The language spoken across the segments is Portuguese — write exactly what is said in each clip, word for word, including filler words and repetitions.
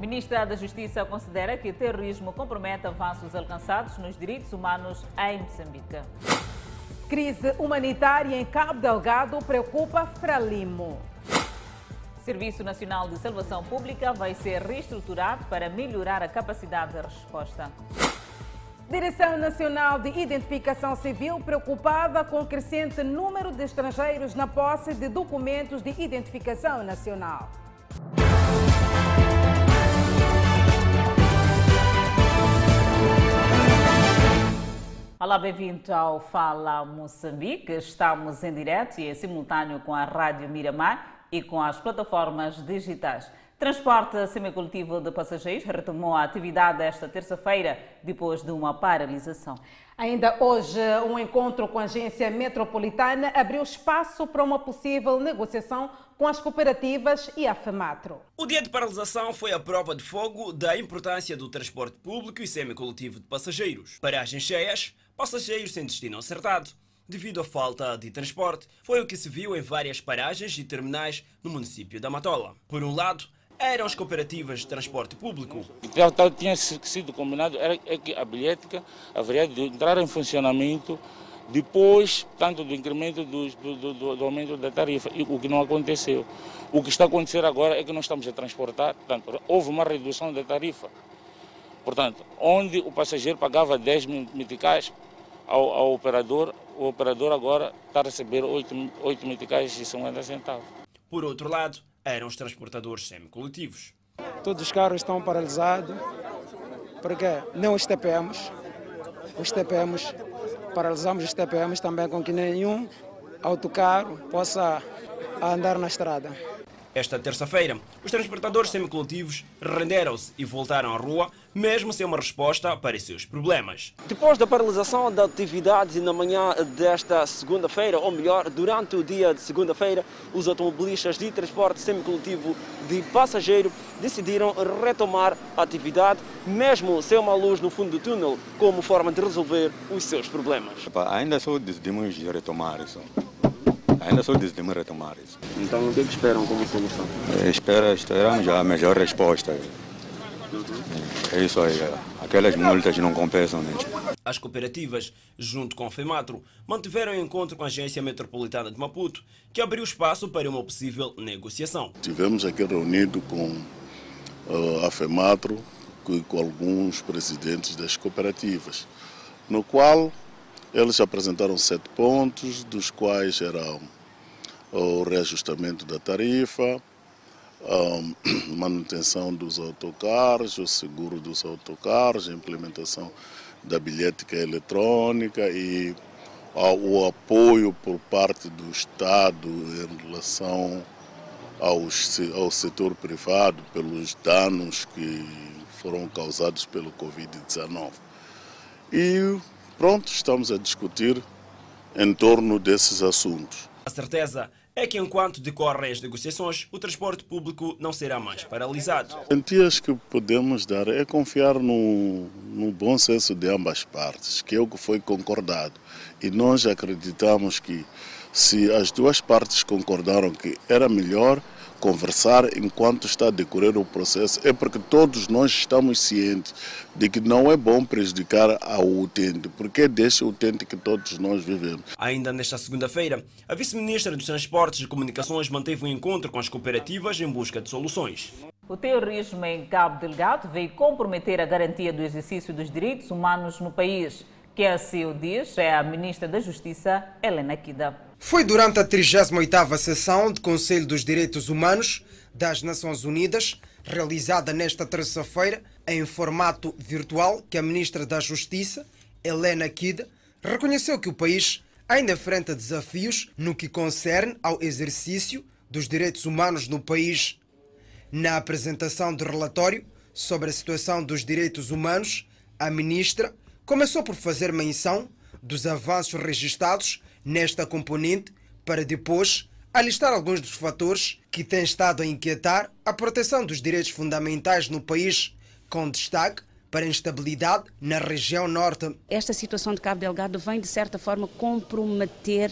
Ministra da Justiça considera que o terrorismo compromete avanços alcançados nos direitos humanos em Moçambique. Crise humanitária em Cabo Delgado preocupa Frelimo. Serviço Nacional de Salvação Pública vai ser reestruturado para melhorar a capacidade de resposta. Direção Nacional de Identificação Civil preocupada com o crescente número de estrangeiros na posse de documentos de identificação nacional. Olá, bem-vindo ao Fala Moçambique. Estamos em direto e em simultâneo com a Rádio Miramar e com as plataformas digitais. Transporte semicoletivo de passageiros retomou a atividade esta terça-feira, depois de uma paralisação. Ainda hoje, um encontro com a agência metropolitana abriu espaço para uma possível negociação com as cooperativas e a FEMATRO. O dia de paralisação foi a prova de fogo da importância do transporte público e semicoletivo de passageiros. Paragens cheias, passageiros sem destino acertado. Devido à falta de transporte, foi o que se viu em várias paragens e terminais no município da Matola. Por um lado, eram as cooperativas de transporte público. Tal, tal tinha sido combinado era que a bilhética haveria de entrar em funcionamento depois, tanto do incremento do, do, do, do aumento da tarifa, e o que não aconteceu. O que está a acontecer agora é que nós estamos a transportar, portanto, houve uma redução da tarifa. Portanto, onde o passageiro pagava dez meticais ao, ao operador, o operador agora está a receber oito meticais e cinquenta centavos. Por outro lado, eram os transportadores semicoletivos. Todos os carros estão paralisados, porque não os T P Ms, os T P Ms, paralisamos os T P Ms também com que nenhum autocarro possa andar na estrada. Esta terça-feira, os transportadores semicoletivos renderam-se e voltaram à rua, mesmo sem uma resposta para os seus problemas. Depois da paralisação da atividade na manhã desta segunda-feira, ou melhor, durante o dia de segunda-feira, os automobilistas de transporte semicoletivo de passageiro decidiram retomar a atividade, mesmo sem uma luz no fundo do túnel, como forma de resolver os seus problemas. Ainda só decidimos retomar isso. Ainda só decidimos retomar isso. Então, o que esperam como solução? É, espera, esperamos a melhor resposta. Uhum. É isso aí. Aquelas multas não compensam mesmo. As cooperativas, junto com a FEMATRO, mantiveram encontro com a Agência Metropolitana de Maputo, que abriu espaço para uma possível negociação. Tivemos aqui reunido com uh, a FEMATRO e com alguns presidentes das cooperativas, no qual eles apresentaram sete pontos, dos quais eram o reajustamento da tarifa, a manutenção dos autocarros, o seguro dos autocarros, a implementação da bilhética eletrônica e o apoio por parte do Estado em relação aos, ao setor privado pelos danos que foram causados pelo Covid dezenove. E pronto, estamos a discutir em torno desses assuntos. A certeza é que enquanto decorrem as negociações, o transporte público não será mais paralisado. As garantias que podemos dar é confiar no, no bom senso de ambas partes, que é o que foi concordado. E nós acreditamos que se as duas partes concordaram que era melhor conversar enquanto está a decorrer o processo, é porque todos nós estamos cientes de que não é bom prejudicar ao utente, porque é desse utente que todos nós vivemos. Ainda nesta segunda-feira, a vice-ministra dos Transportes e Comunicações manteve um encontro com as cooperativas em busca de soluções. O terrorismo em Cabo Delgado veio comprometer a garantia do exercício dos direitos humanos no país. Que assim o diz é a ministra da Justiça, Helena Kida. Foi durante a trigésima oitava sessão do Conselho dos Direitos Humanos das Nações Unidas, realizada nesta terça-feira em formato virtual, que a ministra da Justiça, Helena Kida, reconheceu que o país ainda enfrenta desafios no que concerne ao exercício dos direitos humanos no país. Na apresentação do relatório sobre a situação dos direitos humanos, a ministra começou por fazer menção dos avanços registrados nesta componente, para depois alistar alguns dos fatores que têm estado a inquietar a proteção dos direitos fundamentais no país, com destaque para a instabilidade na região norte. Esta situação de Cabo Delgado vem, de certa forma, comprometer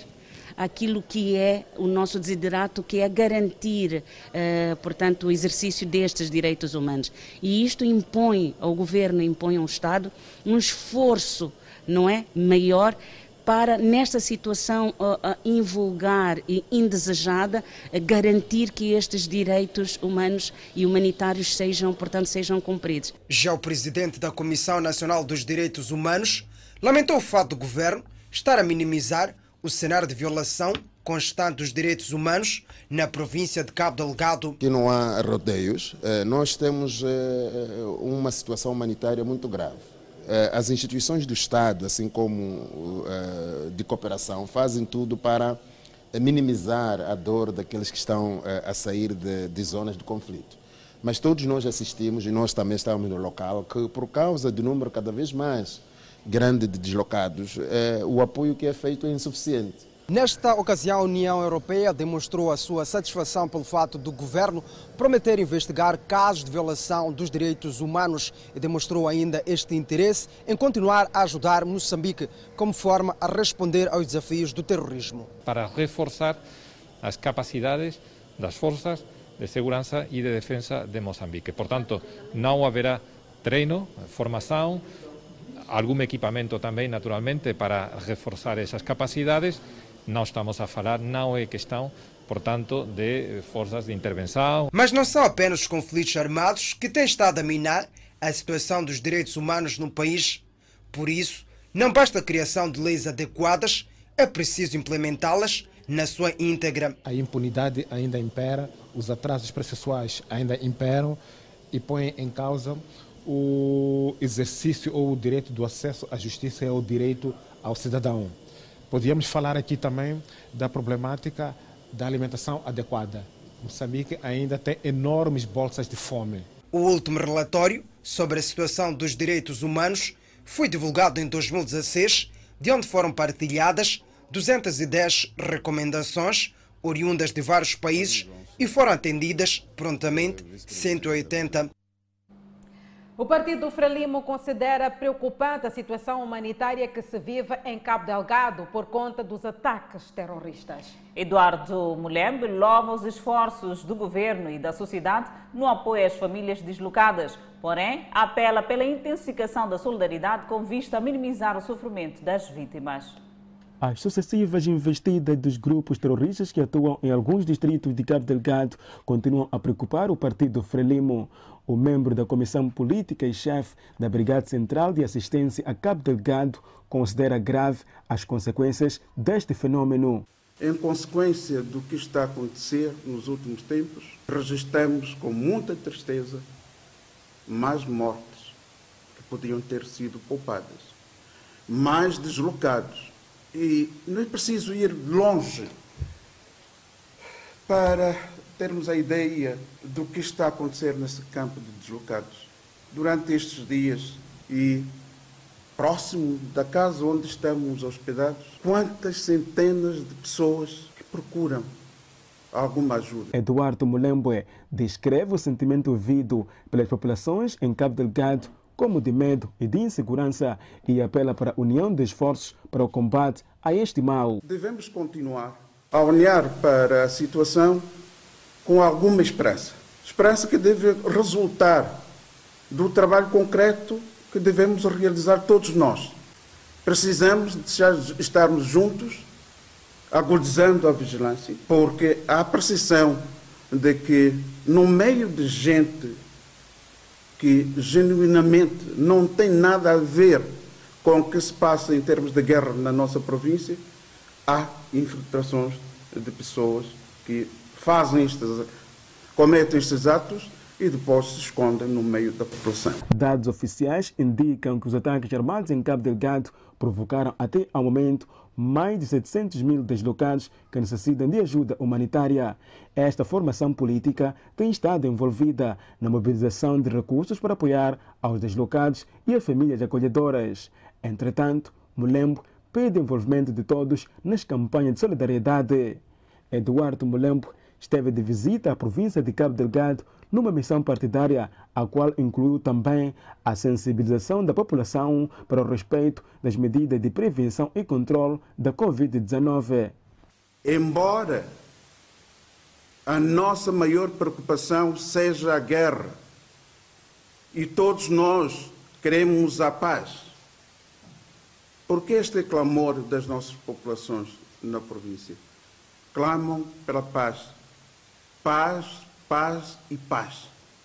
aquilo que é o nosso desiderato, que é garantir, uh, portanto, o exercício destes direitos humanos. E isto impõe ao governo, impõe ao Estado um esforço, não é, maior, para, nesta situação uh, uh, invulgar e indesejada, uh, garantir que estes direitos humanos e humanitários sejam, portanto, sejam cumpridos. Já o presidente da Comissão Nacional dos Direitos Humanos lamentou o fato do governo estar a minimizar o cenário de violação constante dos direitos humanos na província de Cabo Delgado. Aqui não há rodeios, uh, nós temos uh, uma situação humanitária muito grave. As instituições do Estado, assim como uh, de cooperação, fazem tudo para minimizar a dor daqueles que estão uh, a sair de, de zonas de conflito. Mas todos nós assistimos, e nós também estamos no local, que por causa do número cada vez mais grande de deslocados, uh, o apoio que é feito é insuficiente. Nesta ocasião, a União Europeia demonstrou a sua satisfação pelo fato do governo prometer investigar casos de violação dos direitos humanos e demonstrou ainda este interesse em continuar a ajudar Moçambique como forma a responder aos desafios do terrorismo. Para reforçar as capacidades das forças de segurança e de defesa de Moçambique. Portanto, não haverá treino, formação, algum equipamento também, naturalmente, para reforçar essas capacidades. Não estamos a falar, não é questão, portanto, de forças de intervenção. Mas não são apenas os conflitos armados que têm estado a minar a situação dos direitos humanos no país. Por isso, não basta a criação de leis adequadas, é preciso implementá-las na sua íntegra. A impunidade ainda impera, os atrasos processuais ainda imperam e põem em causa o exercício ou o direito do acesso à justiça e o direito ao cidadão. Podíamos falar aqui também da problemática da alimentação adequada. Moçambique ainda tem enormes bolsas de fome. O último relatório sobre a situação dos direitos humanos foi divulgado em dois mil e dezesseis, de onde foram partilhadas duzentas e dez recomendações oriundas de vários países e foram atendidas prontamente cento e oitenta. O Partido Frelimo considera preocupante a situação humanitária que se vive em Cabo Delgado por conta dos ataques terroristas. Eduardo Mulembe louva os esforços do governo e da sociedade no apoio às famílias deslocadas, porém apela pela intensificação da solidariedade com vista a minimizar o sofrimento das vítimas. As sucessivas investidas dos grupos terroristas que atuam em alguns distritos de Cabo Delgado continuam a preocupar o Partido Frelimo. O membro da Comissão Política e chefe da Brigada Central de Assistência a Cabo Delgado considera grave as consequências deste fenômeno. Em consequência do que está a acontecer nos últimos tempos, registramos com muita tristeza mais mortes que podiam ter sido poupadas, mais deslocados. E não é preciso ir longe para termos a ideia do que está a acontecer nesse campo de deslocados. Durante estes dias e próximo da casa onde estamos hospedados, quantas centenas de pessoas que procuram alguma ajuda. Eduardo Mulembe descreve o sentimento vivido pelas populações em Cabo Delgado como de medo e de insegurança e apela para a união de esforços para o combate a este mal. Devemos continuar a olhar para a situação com alguma esperança. Esperança que deve resultar do trabalho concreto que devemos realizar todos nós. Precisamos de estarmos juntos, agudizando a vigilância, porque há a percepção de que no meio de gente que genuinamente não tem nada a ver com o que se passa em termos de guerra na nossa província, há infiltrações de pessoas que fazem estes, cometem estes atos e depois se escondem no meio da população. Dados oficiais indicam que os ataques armados em Cabo Delgado provocaram até ao momento mais de setecentos mil deslocados que necessitam de ajuda humanitária. Esta formação política tem estado envolvida na mobilização de recursos para apoiar aos deslocados e as famílias acolhedoras. Entretanto, Mulembe pede o envolvimento de todos nas campanhas de solidariedade. Eduardo Mulembe esteve de visita à província de Cabo Delgado numa missão partidária, a qual incluiu também a sensibilização da população para o respeito das medidas de prevenção e controle da Covid dezenove. embora a nossa maior preocupação seja a guerra e todos nós queremos a paz, porque este é o clamor das nossas populações na província. Clamam pela paz. Paz, paz e paz.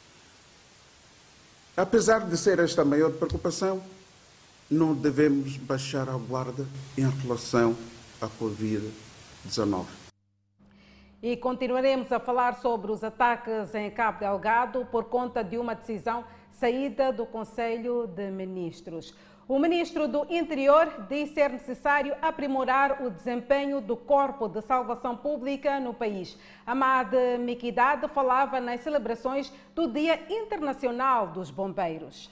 Apesar de ser esta a maior preocupação, não devemos baixar a guarda em relação à covid dezenove. E continuaremos a falar sobre os ataques em Cabo Delgado por conta de uma decisão saída do Conselho de Ministros. O ministro do Interior diz ser necessário aprimorar o desempenho do Corpo de Salvação Pública no país. Amad Mikidad falava nas celebrações do Dia Internacional dos Bombeiros.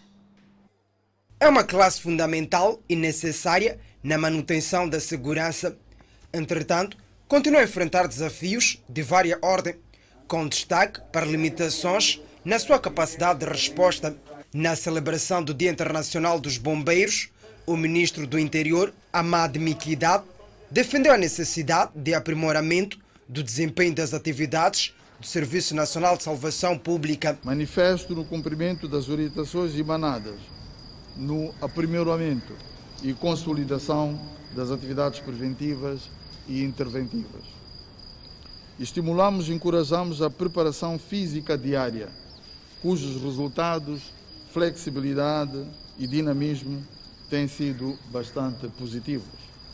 É uma classe fundamental e necessária na manutenção da segurança. Entretanto, continua a enfrentar desafios de vária ordem, com destaque para limitações na sua capacidade de resposta. Na celebração do Dia Internacional dos Bombeiros, o ministro do Interior, Amad Mikidad, defendeu a necessidade de aprimoramento do desempenho das atividades do Serviço Nacional de Salvação Pública. Manifesto no cumprimento das orientações emanadas no aprimoramento e consolidação das atividades preventivas e interventivas. Estimulamos e encorajamos a preparação física diária, cujos resultados, flexibilidade e dinamismo têm sido bastante positivos.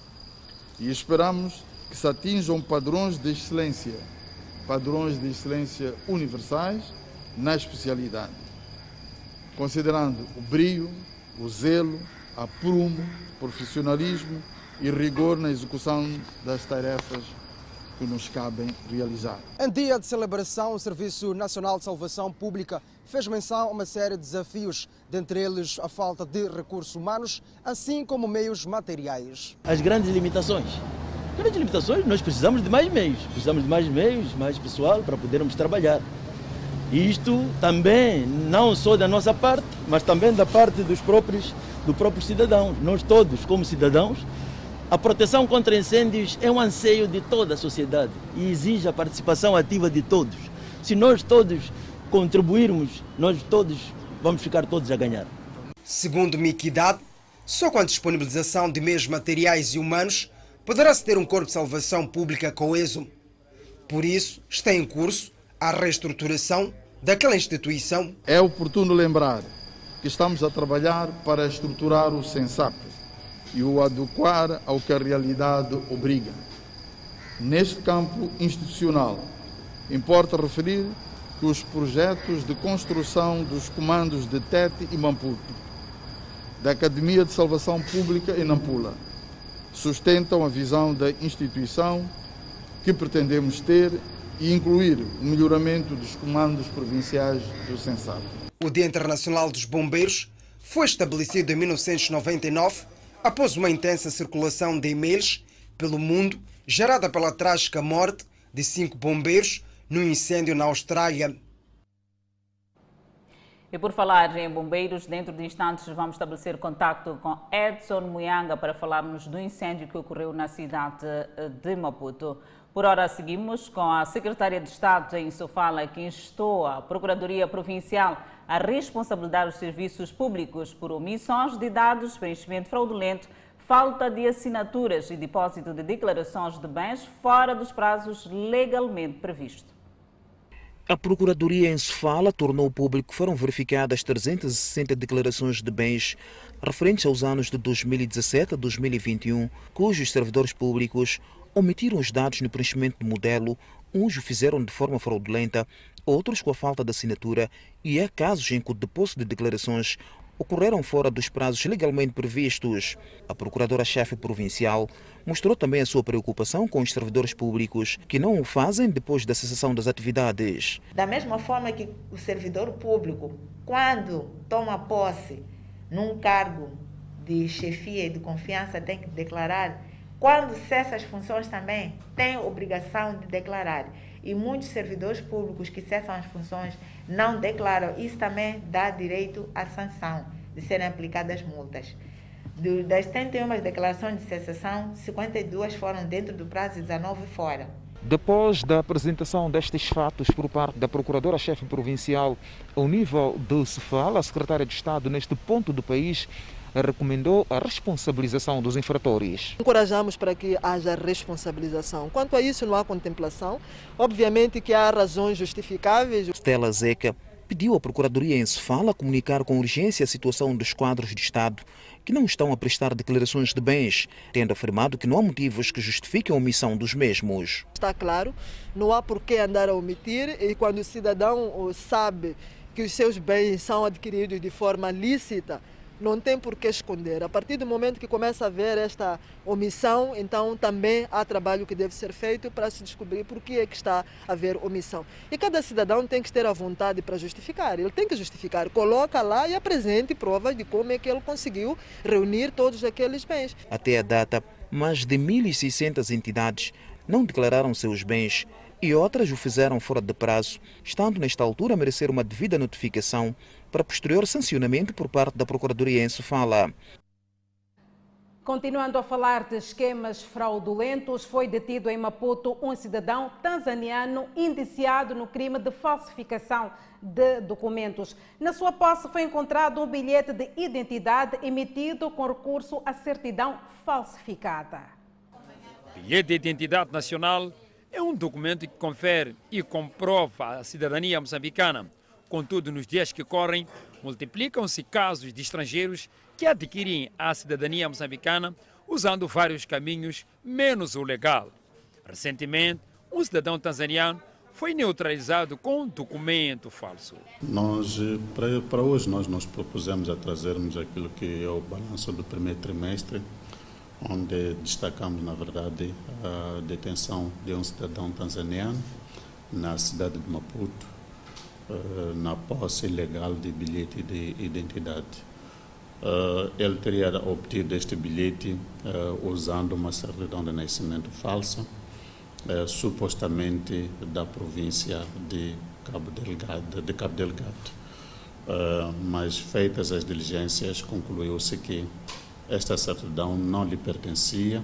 E esperamos que se atinjam padrões de excelência, padrões de excelência universais na especialidade, considerando o brio, o zelo, aprumo, profissionalismo e rigor na execução das tarefas que nos cabem realizar. Em dia de celebração, o Serviço Nacional de Salvação Pública fez menção a uma série de desafios, dentre eles a falta de recursos humanos, assim como meios materiais. As grandes limitações. Grandes limitações, nós precisamos de mais meios, precisamos de mais meios, mais pessoal para podermos trabalhar. E isto também, não só da nossa parte, mas também da parte dos próprios, do próprio cidadão. Nós todos, como cidadãos, a proteção contra incêndios é um anseio de toda a sociedade e exige a participação ativa de todos. Se nós todos contribuirmos, nós todos vamos ficar todos a ganhar. Segundo Mikidad, só com a disponibilização de meios materiais e humanos poderá-se ter um corpo de salvação pública coeso. Por isso, está em curso a reestruturação daquela instituição. É oportuno lembrar que estamos a trabalhar para estruturar o SENSAP e o adequar ao que a realidade obriga. Neste campo institucional, importa referir que os projetos de construção dos comandos de Tete e Maputo, da Academia de Salvação Pública em Nampula, sustentam a visão da instituição que pretendemos ter e incluir o melhoramento dos comandos provinciais do SENSAP. O Dia Internacional dos Bombeiros foi estabelecido em mil novecentos e noventa e nove após uma intensa circulação de e-mails pelo mundo gerada pela trágica morte de cinco bombeiros num incêndio na Austrália. E por falar em bombeiros, dentro de instantes vamos estabelecer contacto com Edson Muyanga para falarmos do incêndio que ocorreu na cidade de Maputo. Por hora seguimos com a Secretária de Estado em Sofala, que instou a Procuradoria Provincial a responsabilizar os serviços públicos por omissões de dados, preenchimento fraudulento, falta de assinaturas e depósito de declarações de bens fora dos prazos legalmente previstos. A Procuradoria em Sofala tornou público que foram verificadas trezentas e sessenta declarações de bens referentes aos anos de dois mil e dezassete a dois mil e vinte e um, cujos servidores públicos omitiram os dados no preenchimento do modelo, uns o fizeram de forma fraudulenta, outros com a falta de assinatura, e há casos em que o depósito de declarações ocorreram fora dos prazos legalmente previstos. A Procuradora-Chefe Provincial mostrou também a sua preocupação com os servidores públicos que não o fazem depois da cessação das atividades. Da mesma forma que o servidor público, quando toma posse num cargo de chefia e de confiança, tem que declarar, quando cessa as funções também tem obrigação de declarar. E muitos servidores públicos que cessam as funções não declaram. Isso também dá direito à sanção, de serem aplicadas multas. Do, das setenta e uma declarações de cessação, cinquenta e duas foram dentro do prazo e dezenove fora. Depois da apresentação destes fatos por parte da Procuradora-Chefe Provincial ao nível do Sofala, a Secretária de Estado neste ponto do país recomendou a responsabilização dos infratores. Encorajamos para que haja responsabilização. Quanto a isso, não há contemplação. Obviamente que há razões justificáveis. Stella Zeca pediu à Procuradoria em Sofala comunicar com urgência a situação dos quadros de Estado que não estão a prestar declarações de bens, tendo afirmado que não há motivos que justifiquem a omissão dos mesmos. Está claro, não há por que andar a omitir, e quando o cidadão sabe que os seus bens são adquiridos de forma lícita, não tem por que esconder. A partir do momento que começa a haver esta omissão, então também há trabalho que deve ser feito para se descobrir por que é que está a haver omissão. E cada cidadão tem que ter a vontade para justificar. Ele tem que justificar, coloca lá e apresente provas de como é que ele conseguiu reunir todos aqueles bens. Até a data, mais de mil e seiscentas entidades não declararam seus bens e outras o fizeram fora de prazo, estando nesta altura a merecer uma devida notificação para posterior sancionamento por parte da Procuradoria em Sofala. Continuando a falar de esquemas fraudulentos, foi detido em Maputo um cidadão tanzaniano indiciado no crime de falsificação de documentos. Na sua posse foi encontrado um bilhete de identidade emitido com recurso à certidão falsificada. Bilhete de identidade nacional é um documento que confere e comprova a cidadania moçambicana. Contudo, nos dias que correm, multiplicam-se casos de estrangeiros que adquirem a cidadania moçambicana usando vários caminhos, menos o legal. Recentemente, um cidadão tanzaniano foi neutralizado com um documento falso. Nós, para, para hoje, nós nos propusemos a trazermos aquilo que é o balanço do primeiro trimestre, onde destacamos, na verdade, a detenção de um cidadão tanzaniano na cidade de Maputo, na posse ilegal de bilhete de identidade. Ele teria obtido este bilhete usando uma certidão de nascimento falsa, supostamente da província de Cabo Delgado, de Cabo Delgado. Mas feitas as diligências, concluiu-se que esta certidão não lhe pertencia,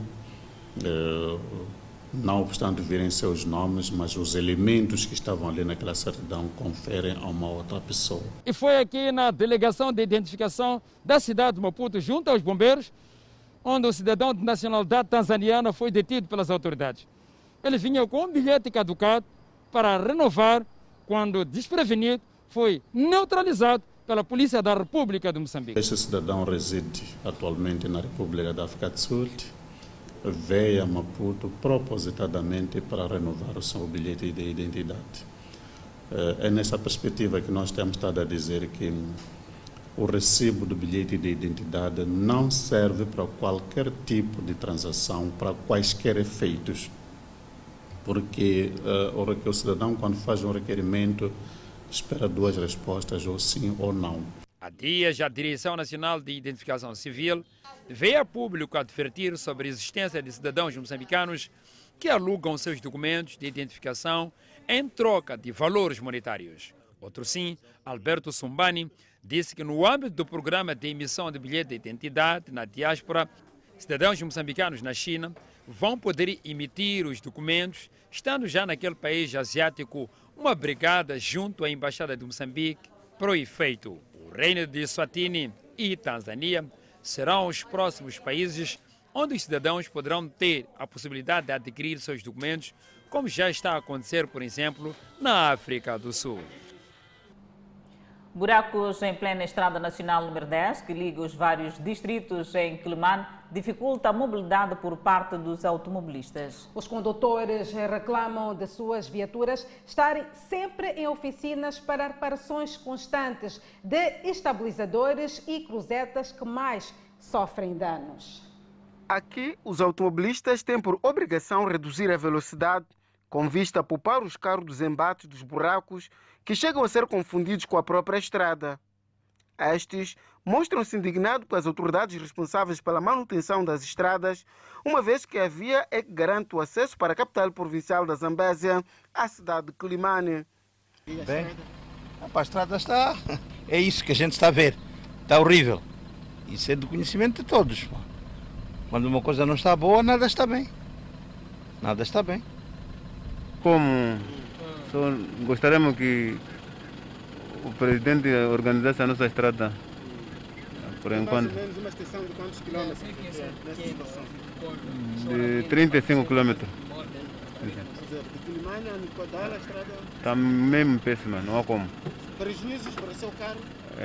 não obstante virem seus nomes, mas os elementos que estavam ali naquela certidão conferem a uma outra pessoa. E foi aqui na delegação de identificação da cidade de Maputo, junto aos bombeiros, onde o cidadão de nacionalidade tanzaniana foi detido pelas autoridades. Ele vinha com um bilhete caducado para renovar, quando desprevenido, foi neutralizado pela Polícia da República de Moçambique. Este cidadão reside atualmente na República da África do Sul, veio a Maputo propositadamente para renovar o seu bilhete de identidade. É nessa perspectiva que nós temos estado a dizer que o recibo do bilhete de identidade não serve para qualquer tipo de transação, para quaisquer efeitos, porque uh, o cidadão, quando faz um requerimento, espera duas respostas, ou sim ou não. Há dias, a Direção Nacional de Identificação Civil veio a público advertir sobre a existência de cidadãos moçambicanos que alugam seus documentos de identificação em troca de valores monetários. Outro sim, Alberto Sumbani, disse que no âmbito do programa de emissão de bilhete de identidade na diáspora, cidadãos moçambicanos na China vão poder emitir os documentos, estando já naquele país asiático uma brigada junto à Embaixada de Moçambique para o efeito. O Reino de Eswatini e Tanzânia serão os próximos países onde os cidadãos poderão ter a possibilidade de adquirir seus documentos, como já está a acontecer, por exemplo, na África do Sul. Buracos em plena Estrada Nacional número dez, que liga os vários distritos em Quelimane, dificulta a mobilidade por parte dos automobilistas. Os condutores reclamam de suas viaturas estarem sempre em oficinas para reparações constantes de estabilizadores e cruzetas que mais sofrem danos. Aqui, os automobilistas têm por obrigação reduzir a velocidade com vista a poupar os carros dos embates dos buracos que chegam a ser confundidos com a própria estrada. Estes mostram-se indignados com as autoridades responsáveis pela manutenção das estradas, uma vez que a via é que garante o acesso para a capital provincial da Zambésia, a cidade de Quelimane. Bem, a estrada está... É isso que a gente está a ver. Está horrível. Isso é do conhecimento de todos. Pô. Quando uma coisa não está boa, nada está bem. Nada está bem. Como só gostaríamos que o presidente organizasse a nossa estrada, por enquanto. Mais ou menos uma extensão de quantos quilômetros? De trinta e cinco quilômetros. De Quilimane a Nicodala, a estrada... Está mesmo péssima, não há como. Prejuízos para o seu carro?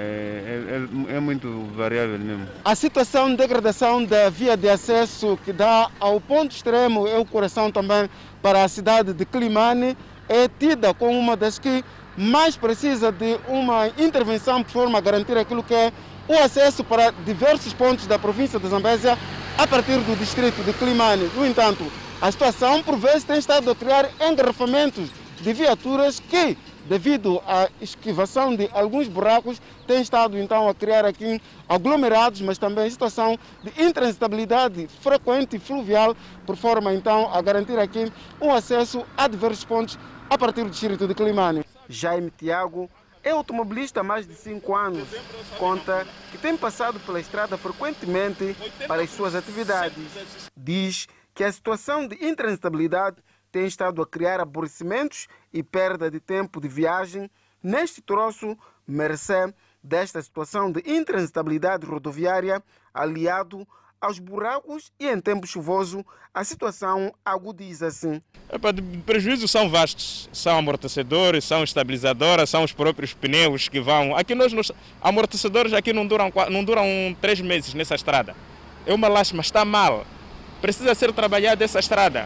É, é, é muito variável mesmo. A situação de degradação da via de acesso que dá ao ponto extremo, é o coração também para a cidade de Quilimane, é tida como uma das que mais precisa de uma intervenção de forma a garantir aquilo que é o acesso para diversos pontos da província de Zambésia a partir do distrito de Quilimane. No entanto, a situação por vezes tem estado a criar engarrafamentos de viaturas que, devido à esquivação de alguns buracos, tem estado então a criar aqui aglomerados, mas também situação de intransitabilidade frequente e fluvial, por forma então a garantir aqui um acesso a diversos pontos a partir do distrito de Quilimane. Jaime Tiago é automobilista há mais de cinco anos. Conta que tem passado pela estrada frequentemente para as suas atividades. Diz que a situação de intransitabilidade tem estado a criar aborrecimentos e perda de tempo de viagem neste troço, mercê desta situação de intransitabilidade rodoviária, aliado aos buracos, e em tempo chuvoso a situação agudiza-se. De prejuízos são vastos, são amortecedores, são estabilizadoras, são os próprios pneus que vão... Aqui nós, nos amortecedores aqui não duram, não duram três meses nessa estrada. É uma lástima, está mal. Precisa ser trabalhada essa estrada.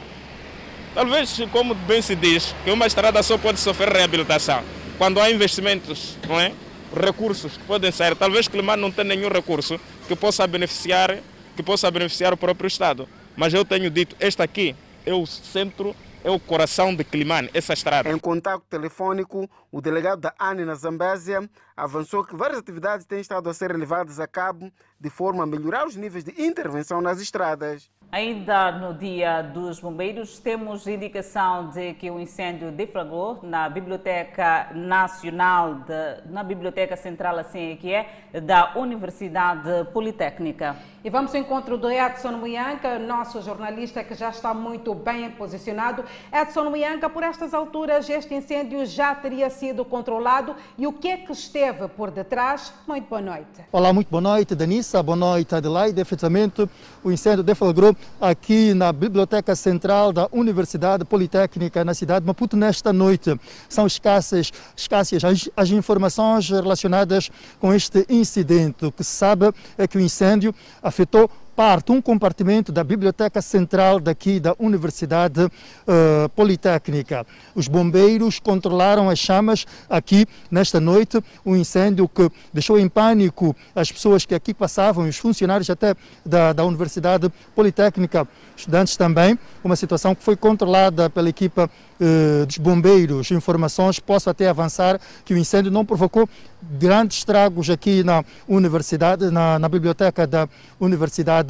Talvez, como bem se diz, que uma estrada só pode sofrer reabilitação quando há investimentos, não é? Recursos que podem sair. Talvez Quilimane não tenha nenhum recurso que possa beneficiar, que possa beneficiar o próprio Estado. Mas eu tenho dito, este aqui é o centro, é o coração de Quilimane, essa estrada. Em contato telefônico, o delegado da A N I na Zambésia avançou que várias atividades têm estado a ser levadas a cabo de forma a melhorar os níveis de intervenção nas estradas. Ainda no Dia dos Bombeiros, temos indicação de que o incêndio deflagrou na Biblioteca Nacional, de, na Biblioteca Central, assim é que é, da Universidade Politécnica. E vamos ao encontro do Edson Muyanca, nosso jornalista que já está muito bem posicionado. Edson Muyanca, por estas alturas este incêndio já teria sido controlado e o que é que esteve por detrás? Muito boa noite. Olá, muito boa noite, Danissa, boa noite, Adelaide. Efetivamente, o incêndio deflagrou aqui na Biblioteca Central da Universidade Politécnica na cidade de Maputo nesta noite. São escassas, escassas as, as informações relacionadas com este incidente. O que se sabe é que o incêndio afetou parte, um compartimento da Biblioteca Central daqui da Universidade uh, Politécnica. Os bombeiros controlaram as chamas aqui nesta noite, um incêndio que deixou em pânico as pessoas que aqui passavam, os funcionários até da, da Universidade Politécnica, estudantes também, uma situação que foi controlada pela equipa uh, dos bombeiros. Informações, posso até avançar que o incêndio não provocou grandes estragos aqui na Universidade, na, na Biblioteca da Universidade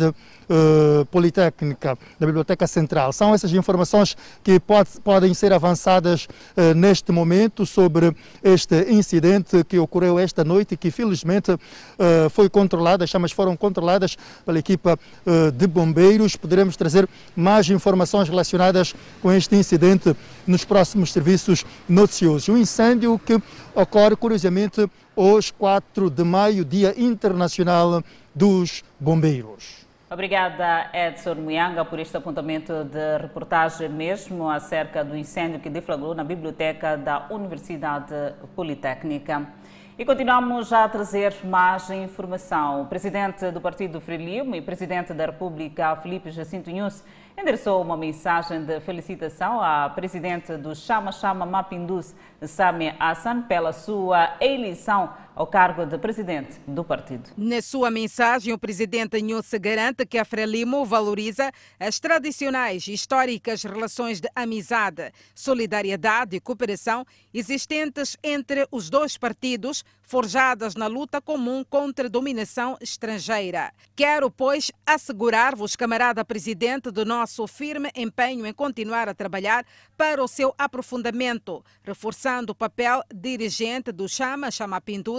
Uh, Politécnica, da Biblioteca Central. São essas informações que pode, podem ser avançadas uh, neste momento sobre este incidente que ocorreu esta noite e que felizmente uh, foi controlado, as chamas foram controladas pela equipa uh, de bombeiros. Poderemos trazer mais informações relacionadas com este incidente nos próximos serviços noticiosos. Um incêndio que ocorre, curiosamente, hoje, quatro de maio, Dia Internacional dos Bombeiros. Obrigada, Edson Muyanca, por este apontamento de reportagem mesmo acerca do incêndio que deflagrou na Biblioteca da Universidade Politécnica. E continuamos a trazer mais informação. O presidente do Partido Frelimo e presidente da República, Filipe Jacinto Nyusi, endereçou uma mensagem de felicitação à presidente do Chama Chama Mapinduzi, Samia Hassan, pela sua eleição ao cargo de presidente do partido. Na sua mensagem, o presidente Nyusi garante que a Frelimo valoriza as tradicionais e históricas relações de amizade, solidariedade e cooperação existentes entre os dois partidos, forjadas na luta comum contra a dominação estrangeira. Quero, pois, assegurar-vos, camarada presidente, do nosso firme empenho em continuar a trabalhar para o seu aprofundamento, reforçando o papel dirigente do Chama Chama Mapinduzi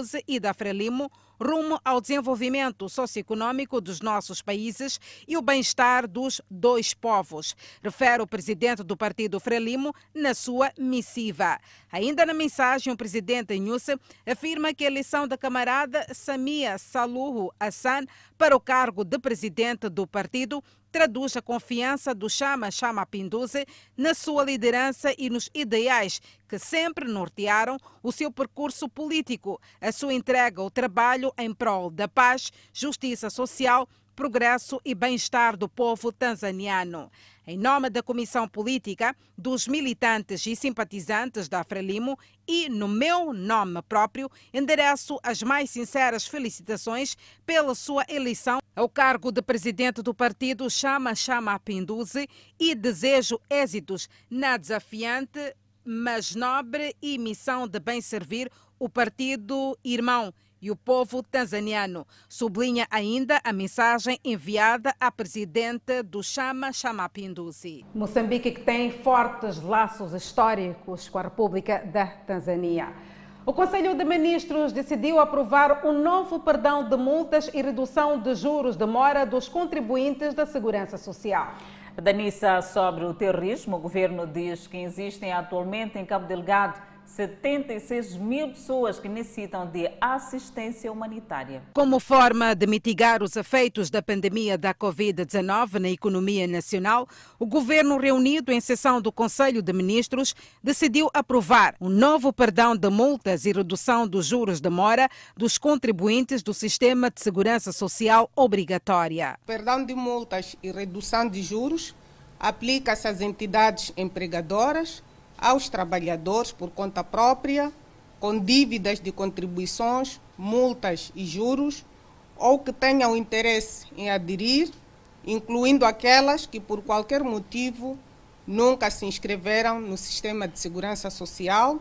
Pinduzi e da Frelimo rumo ao desenvolvimento socioeconômico dos nossos países e o bem-estar dos dois povos, refere o presidente do partido Frelimo na sua missiva. Ainda na mensagem, o presidente Nyusi afirma que a eleição da camarada Samia Suluhu Hassan para o cargo de presidente do partido traduz a confiança do Chama Chama Pinduzi na sua liderança e nos ideais que sempre nortearam o seu percurso político, a sua entrega ao trabalho em prol da paz, justiça social, progresso e bem-estar do povo tanzaniano. Em nome da Comissão Política, dos militantes e simpatizantes da Frelimo e no meu nome próprio, endereço as mais sinceras felicitações pela sua eleição ao cargo de presidente do partido Chama Chama Pinduzi e desejo êxitos na desafiante, mas nobre e missão de bem servir o partido irmão e o povo tanzaniano. Sublinha ainda a mensagem enviada à presidente do Chama Chama Pinduzi. Moçambique, que tem fortes laços históricos com a República da Tanzânia. O Conselho de Ministros decidiu aprovar um novo perdão de multas e redução de juros de mora dos contribuintes da Segurança Social. Danissa, sobre o terrorismo, o governo diz que existem atualmente em Cabo Delgado setenta e seis mil pessoas que necessitam de assistência humanitária. Como forma de mitigar os efeitos da pandemia da Covid dezenove na economia nacional, o governo, reunido em sessão do Conselho de Ministros, decidiu aprovar um novo perdão de multas e redução dos juros de mora dos contribuintes do Sistema de Segurança Social obrigatória. Perdão de multas e redução de juros aplica-se às entidades empregadoras, aos trabalhadores por conta própria, com dívidas de contribuições, multas e juros, ou que tenham interesse em aderir, incluindo aquelas que por qualquer motivo nunca se inscreveram no Sistema de Segurança Social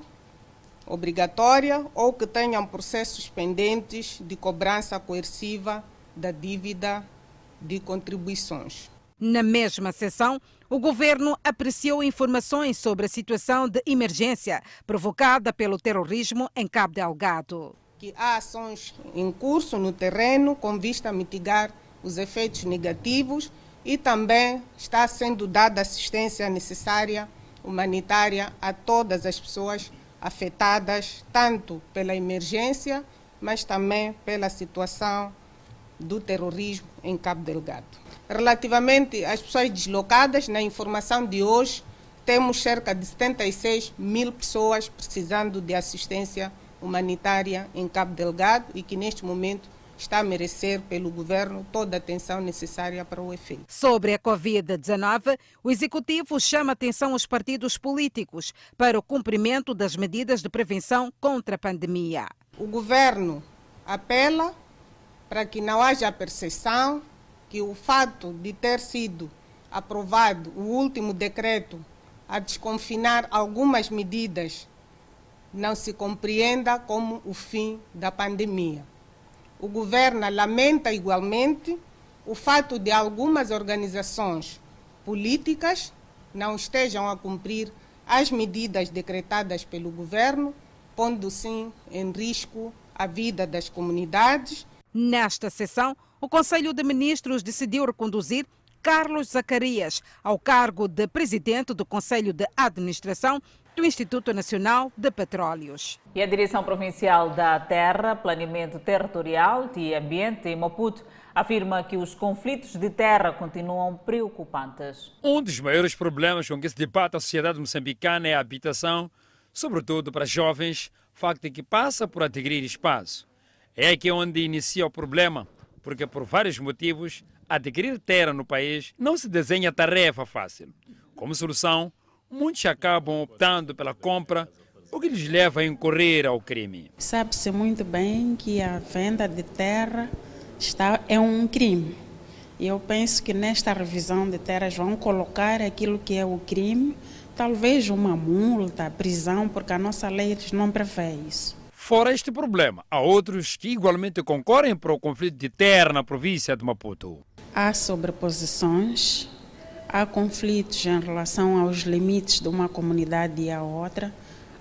obrigatória ou que tenham processos pendentes de cobrança coerciva da dívida de contribuições. Na mesma sessão, o governo apreciou informações sobre a situação de emergência provocada pelo terrorismo em Cabo Delgado. Que há ações em curso no terreno com vista a mitigar os efeitos negativos e também está sendo dada assistência necessária humanitária a todas as pessoas afetadas, tanto pela emergência, mas também pela situação do terrorismo em Cabo Delgado. Relativamente às pessoas deslocadas, na informação de hoje, temos cerca de setenta e seis mil pessoas precisando de assistência humanitária em Cabo Delgado e que neste momento está a merecer pelo governo toda a atenção necessária para o efeito. Sobre a Covid dezenove, o Executivo chama atenção aos partidos políticos para o cumprimento das medidas de prevenção contra a pandemia. O governo apela para que não haja percepção que o fato de ter sido aprovado o último decreto a desconfinar algumas medidas não se compreenda como o fim da pandemia. O governo lamenta igualmente o fato de algumas organizações políticas não estejam a cumprir as medidas decretadas pelo governo, pondo sim em risco a vida das comunidades. Nesta sessão, o Conselho de Ministros decidiu reconduzir Carlos Zacarias ao cargo de presidente do Conselho de Administração do Instituto Nacional de Petróleos. E a Direção Provincial da Terra, Planeamento Territorial e Ambiente em Maputo afirma que os conflitos de terra continuam preocupantes. Um dos maiores problemas com que se debate a sociedade moçambicana é a habitação, sobretudo para jovens, facto que passa por adquirir espaço. É aqui onde inicia o problema, porque por vários motivos, adquirir terra no país não se desenha tarefa fácil. Como solução, muitos acabam optando pela compra, o que lhes leva a incorrer ao crime. Sabe-se muito bem que a venda de terra está, é um crime. E eu penso que nesta revisão de terras vão colocar aquilo que é o crime, talvez uma multa, prisão, porque a nossa lei não prevê isso. Fora este problema, há outros que igualmente concorrem para o conflito de terra na província de Maputo. Há sobreposições, há conflitos em relação aos limites de uma comunidade e a outra,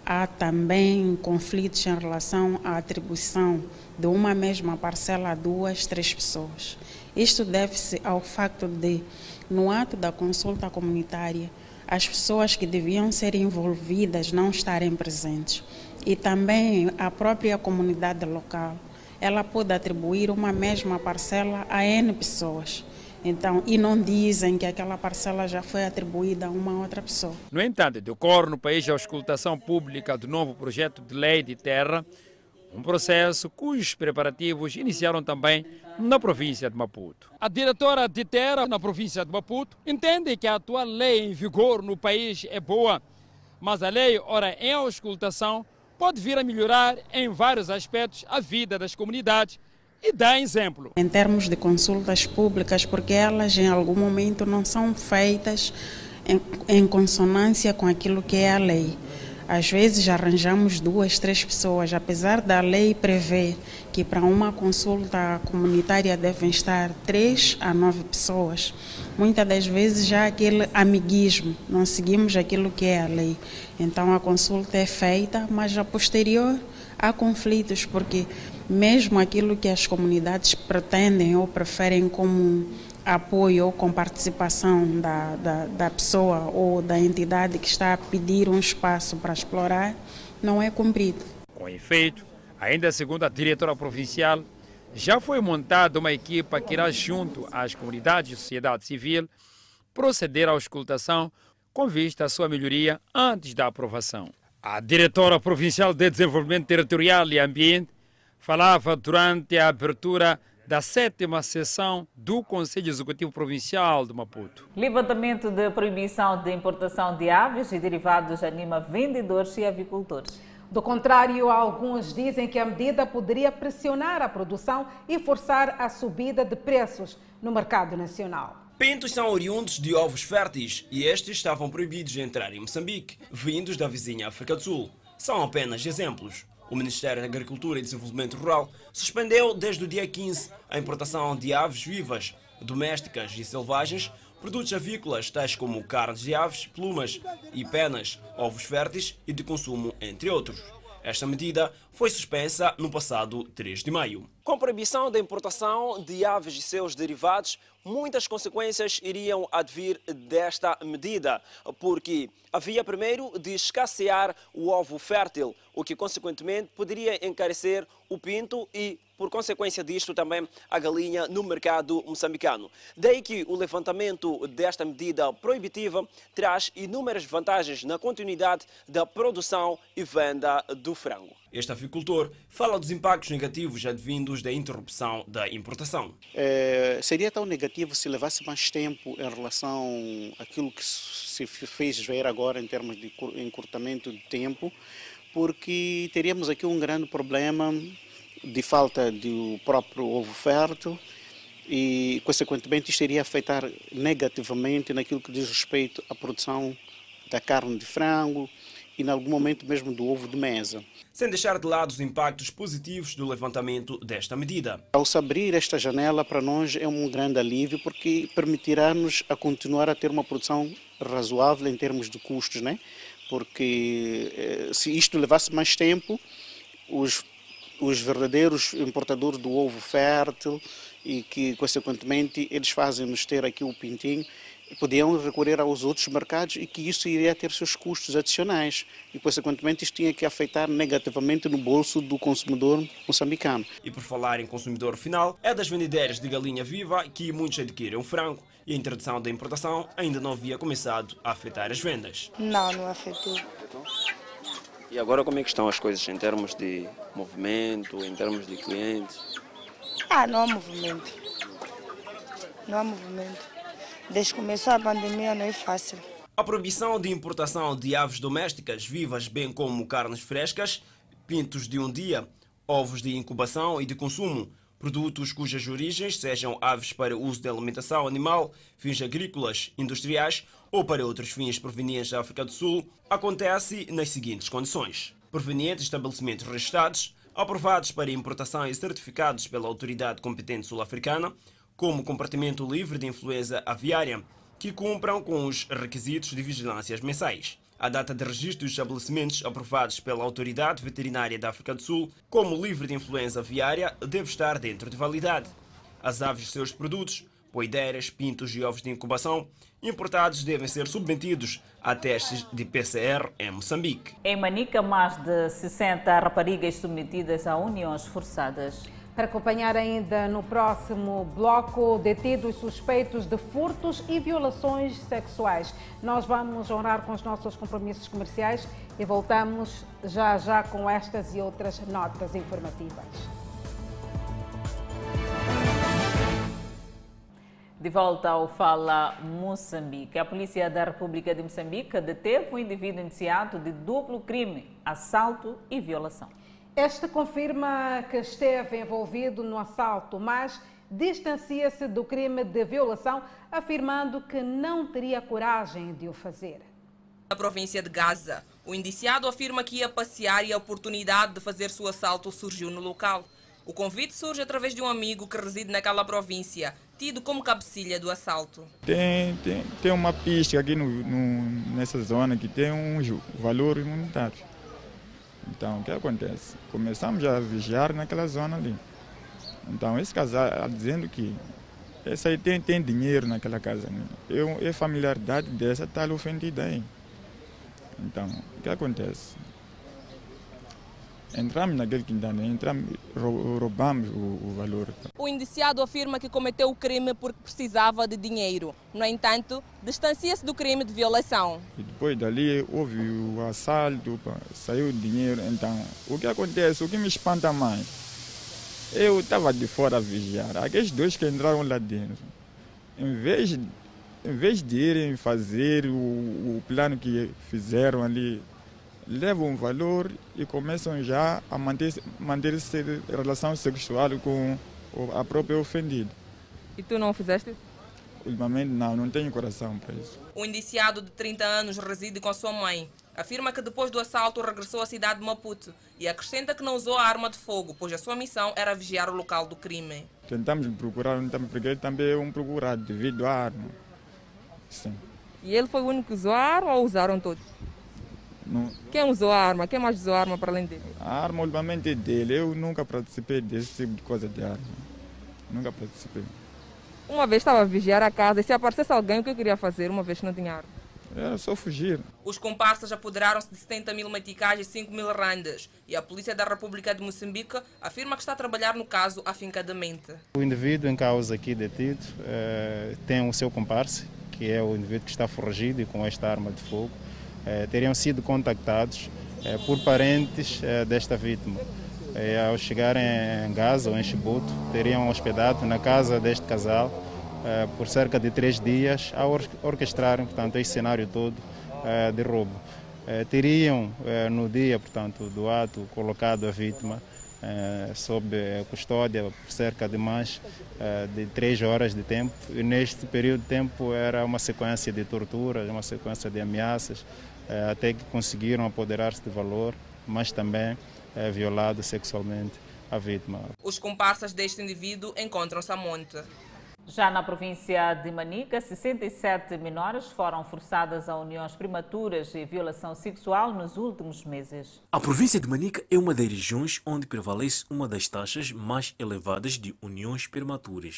há também conflitos em relação à atribuição de uma mesma parcela a duas, três pessoas. Isto deve-se ao facto de, no ato da consulta comunitária, as pessoas que deviam ser envolvidas não estarem presentes. E também a própria comunidade local, ela pode atribuir uma mesma parcela a N pessoas. Então, e não dizem que aquela parcela já foi atribuída a uma outra pessoa. No entanto, decorre no país a auscultação pública do novo projeto de lei de terra, um processo cujos preparativos iniciaram também na província de Maputo. A diretora de terra na província de Maputo entende que a atual lei em vigor no país é boa, mas a lei, ora em auscultação, pode vir a melhorar em vários aspectos a vida das comunidades e dá exemplo. Em termos de consultas públicas, porque elas em algum momento não são feitas em, em consonância com aquilo que é a lei. Às vezes arranjamos duas, três pessoas, apesar da lei prever que para uma consulta comunitária devem estar três a nove pessoas. Muitas das vezes já há aquele amiguismo, não seguimos aquilo que é a lei. Então a consulta é feita, mas a posterior há conflitos, porque mesmo aquilo que as comunidades pretendem ou preferem como apoio ou com participação da, da, da pessoa ou da entidade que está a pedir um espaço para explorar, não é cumprido. Com efeito, ainda segundo a diretora provincial, já foi montada uma equipa que irá, junto às comunidades e sociedade civil, proceder à auscultação com vista à sua melhoria antes da aprovação. A diretora provincial de Desenvolvimento Territorial e Ambiente falava durante a abertura da sétima sessão do Conselho Executivo Provincial de Maputo. Levantamento de proibição de importação de aves e derivados anima vendedores e avicultores. Do contrário, alguns dizem que a medida poderia pressionar a produção e forçar a subida de preços no mercado nacional. Pintos são oriundos de ovos férteis e estes estavam proibidos de entrar em Moçambique, vindos da vizinha África do Sul. São apenas exemplos. O Ministério da Agricultura e Desenvolvimento Rural suspendeu desde o dia quinze a importação de aves vivas, domésticas e selvagens, produtos avícolas tais como carnes de aves, plumas e penas, ovos férteis e de consumo, entre outros. Esta medida foi suspensa no passado três de maio. Com a proibição da importação de aves e seus derivados, muitas consequências iriam advir desta medida, porque havia primeiro de escassear o ovo fértil, o que consequentemente poderia encarecer o pinto e, por consequência disto, também a galinha no mercado moçambicano. Daí que o levantamento desta medida proibitiva traz inúmeras vantagens na continuidade da produção e venda do frango. Este avicultor fala dos impactos negativos advindos da interrupção da importação. É, seria tão negativo se levasse mais tempo em relação àquilo que se fez ver agora em termos de encurtamento de tempo, porque teríamos aqui um grande problema de falta do próprio ovo fértil e, consequentemente, isto iria afetar negativamente naquilo que diz respeito à produção da carne de frango e, em algum momento, mesmo do ovo de mesa. Sem deixar de lado os impactos positivos do levantamento desta medida. Ao se abrir esta janela, para nós é um grande alívio, porque permitirá-nos a continuar a ter uma produção razoável em termos de custos, né? Porque se isto levasse mais tempo, os, os verdadeiros importadores do ovo fértil e que, consequentemente, eles fazem-nos ter aqui o pintinho, podiam recorrer aos outros mercados e que isso iria ter seus custos adicionais e, consequentemente, isto tinha que afetar negativamente no bolso do consumidor moçambicano. E por falar em consumidor final, é das vendedeiras de galinha viva que muitos adquirem o frango e a interdição da importação ainda não havia começado a afetar as vendas. Não, não afetou. E agora como é que estão as coisas em termos de movimento, em termos de clientes? Ah, não há movimento. Não há movimento. Desde que começou a pandemia não é fácil. A proibição de importação de aves domésticas vivas, bem como carnes frescas, pintos de um dia, ovos de incubação e de consumo, produtos cujas origens sejam aves para uso de alimentação animal, fins agrícolas, industriais ou para outros fins provenientes da África do Sul, acontece nas seguintes condições. Provenientes de estabelecimentos registrados, aprovados para importação e certificados pela autoridade competente sul-africana, como compartimento livre de influenza aviária, que cumpram com os requisitos de vigilância mensais. A data de registro dos estabelecimentos aprovados pela Autoridade Veterinária da África do Sul como livre de influenza aviária deve estar dentro de validade. As aves e seus produtos, poideiras, pintos e ovos de incubação, importados devem ser submetidos a testes de P C R em Moçambique. Em Manica, mais de sessenta raparigas submetidas a uniões forçadas. Para acompanhar ainda no próximo bloco, detidos suspeitos de furtos e violações sexuais. Nós vamos honrar com os nossos compromissos comerciais e voltamos já já com estas e outras notas informativas. De volta ao Fala Moçambique. A Polícia da República de Moçambique deteve um indivíduo indiciado de duplo crime, assalto e violação. Este confirma que esteve envolvido no assalto, mas distancia-se do crime de violação, afirmando que não teria coragem de o fazer. Na província de Gaza, o indiciado afirma que ia passear e a oportunidade de fazer seu assalto surgiu no local. O convite surge através de um amigo que reside naquela província, tido como cabecilha do assalto. Tem, tem, tem uma pista aqui no, no, nessa zona que tem um valor imunitário. Então, o que acontece? Começamos a vigiar naquela zona ali. Então, esse casal dizendo que esse aí tem, tem dinheiro naquela casa. Né? Eu, é familiaridade dessa está ofendida aí. Então, o que acontece? Entramos naquele quintal, entramos, roubamos o, o valor. O indiciado afirma que cometeu o crime porque precisava de dinheiro. No entanto, distancia-se do crime de violação. E depois dali houve o assalto, saiu o dinheiro. Então, o que acontece, o que me espanta mais, eu estava de fora a vigiar. Aqueles dois que entraram lá dentro, em vez, em vez de irem fazer o, o plano que fizeram ali, levam um valor e começam já a manter-se manter relação sexual com a própria ofendida. E tu não fizeste? Ultimamente não, não tenho coração para isso. O indiciado de trinta anos reside com a sua mãe. Afirma que depois do assalto regressou à cidade de Maputo e acrescenta que não usou a arma de fogo, pois a sua missão era vigiar o local do crime. Tentamos procurar, porque ele também é um procurado devido à arma. Sim. E ele foi o único que usou a arma ou usaram todos? Não. Quem usou a arma? Quem mais usou a arma para além dele? A arma, ultimamente, é dele. Eu nunca participei desse tipo de coisa de arma. Nunca participei. Uma vez estava a vigiar a casa e se aparecesse alguém, o que eu queria fazer, uma vez que não tinha arma? Era só fugir. Os comparsas apoderaram-se de setenta mil meticais e cinco mil randas. E a Polícia da República de Moçambique afirma que está a trabalhar no caso afincadamente. O indivíduo em causa aqui detido eh, tem o seu comparse, que é o indivíduo que está foragido e com esta arma de fogo. Eh, teriam sido contactados eh, por parentes eh, desta vítima. Eh, ao chegarem em Gaza ou em Chibuto, teriam hospedado na casa deste casal eh, por cerca de três dias a or orquestrarem, portanto, este cenário todo eh, de roubo. Eh, teriam, eh, no dia, portanto, do ato, colocado a vítima eh, sob custódia por cerca de mais eh, de três horas de tempo. E neste período de tempo era uma sequência de torturas, uma sequência de ameaças, eh, até que conseguiram apoderar-se de valor, mas também eh, violado sexualmente a vítima. Os comparsas deste indivíduo encontram-se a monte. Já na província de Manica, sessenta e sete menores foram forçadas a uniões prematuras e violação sexual nos últimos meses. A província de Manica é uma das regiões onde prevalece uma das taxas mais elevadas de uniões prematuras.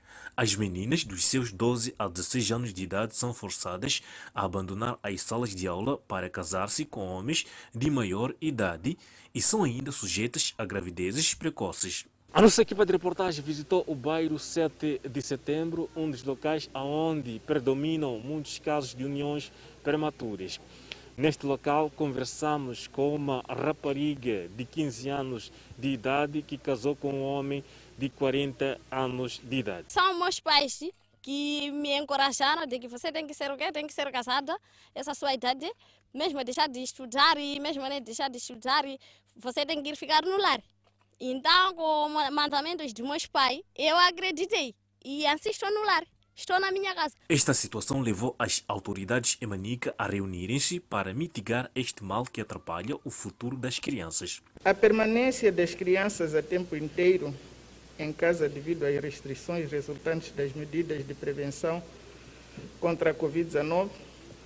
As meninas dos seus doze a dezesseis anos de idade são forçadas a abandonar as salas de aula para casar-se com homens de maior idade e são ainda sujeitas a gravidezes precoces. A nossa equipa de reportagem visitou o bairro sete de setembro, um dos locais onde predominam muitos casos de uniões prematuras. Neste local, conversamos com uma rapariga de quinze anos de idade que casou com um homem de quarenta anos de idade. São meus pais que me encorajaram de que você tem que ser o quê? Tem que ser casada, essa sua idade, mesmo deixar de estudar e mesmo nem deixar de estudar, você tem que ir ficar no lar. Então, com mandamentos de meus pais, eu acreditei e assim estou no lar, estou na minha casa. Esta situação levou as autoridades em Manica a reunirem-se para mitigar este mal que atrapalha o futuro das crianças. A permanência das crianças a tempo inteiro em casa devido às restrições resultantes das medidas de prevenção contra a Covid dezenove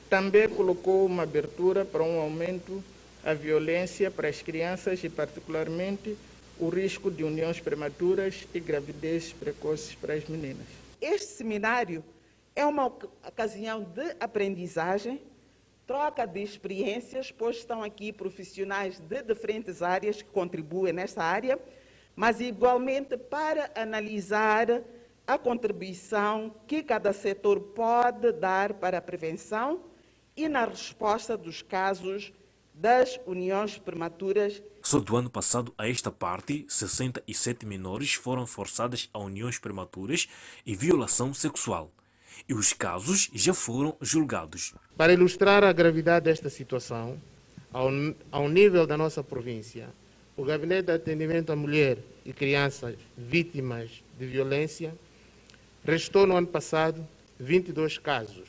também colocou uma abertura para um aumento da violência para as crianças e, particularmente, o risco de uniões prematuras e gravidez precoces para as meninas. Este seminário é uma ocasião de aprendizagem, troca de experiências, pois estão aqui profissionais de diferentes áreas que contribuem nesta área, mas igualmente para analisar a contribuição que cada setor pode dar para a prevenção e na resposta dos casos das uniões prematuras. Só do ano passado a esta parte, sessenta e sete menores foram forçadas a uniões prematuras e violação sexual. E os casos já foram julgados. Para ilustrar a gravidade desta situação, ao, ao nível da nossa província, o Gabinete de Atendimento à Mulher e Crianças Vítimas de Violência registrou no ano passado vinte e dois casos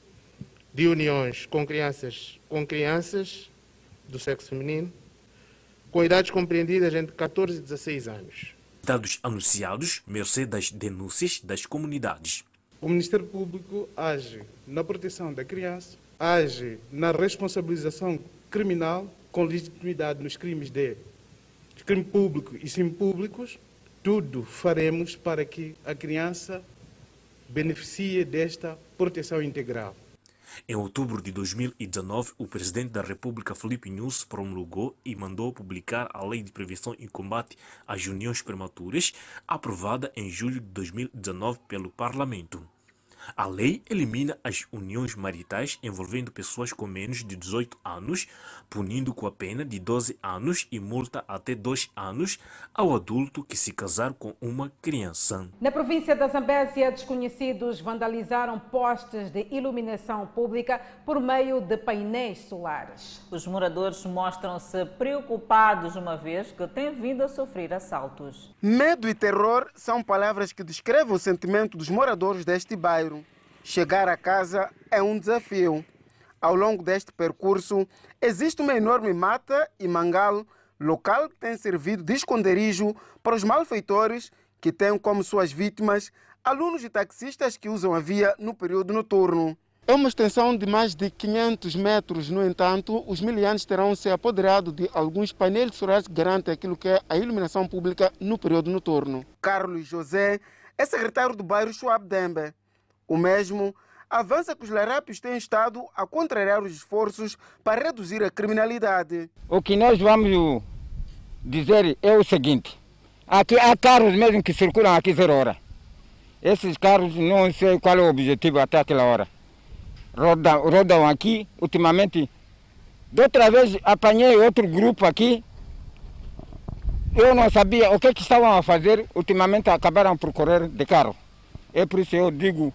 de uniões com crianças, com crianças do sexo feminino, com idades compreendidas entre catorze e dezesseis anos. Dados anunciados, mercê das denúncias das comunidades. O Ministério Público age na proteção da criança, age na responsabilização criminal com legitimidade nos crimes de crime público e semipúblicos. Tudo faremos para que a criança beneficie desta proteção integral. Em outubro de dois mil e dezenove, o presidente da República, Filipe Nyusi, promulgou e mandou publicar a Lei de Prevenção e Combate às Uniões Prematuras, aprovada em julho de dois mil e dezenove pelo Parlamento. A lei elimina as uniões maritais envolvendo pessoas com menos de dezoito anos, punindo com a pena de doze anos e multa até dois anos ao adulto que se casar com uma criança. Na província da Zambésia, desconhecidos vandalizaram postes de iluminação pública por meio de painéis solares. Os moradores mostram-se preocupados uma vez que têm vindo a sofrer assaltos. Medo e terror são palavras que descrevem o sentimento dos moradores deste bairro. Chegar a casa é um desafio. Ao longo deste percurso, existe uma enorme mata e mangal, local que tem servido de esconderijo para os malfeitores que têm como suas vítimas alunos e taxistas que usam a via no período noturno. É uma extensão de mais de quinhentos metros, no entanto, os milianos terão se apoderado de alguns painéis solares que garantem aquilo que é a iluminação pública no período noturno. Carlos José é secretário do bairro Schwab Dembe. O mesmo avança que os larápios têm estado a contrariar os esforços para reduzir a criminalidade. O que nós vamos dizer é o seguinte: aqui há carros mesmo que circulam aqui zero hora. Esses carros não sei qual é o objetivo até aquela hora. Rodam, rodam aqui, ultimamente. De outra vez apanhei outro grupo aqui. Eu não sabia o que, que estavam a fazer, ultimamente acabaram por correr de carro. É por isso que eu digo,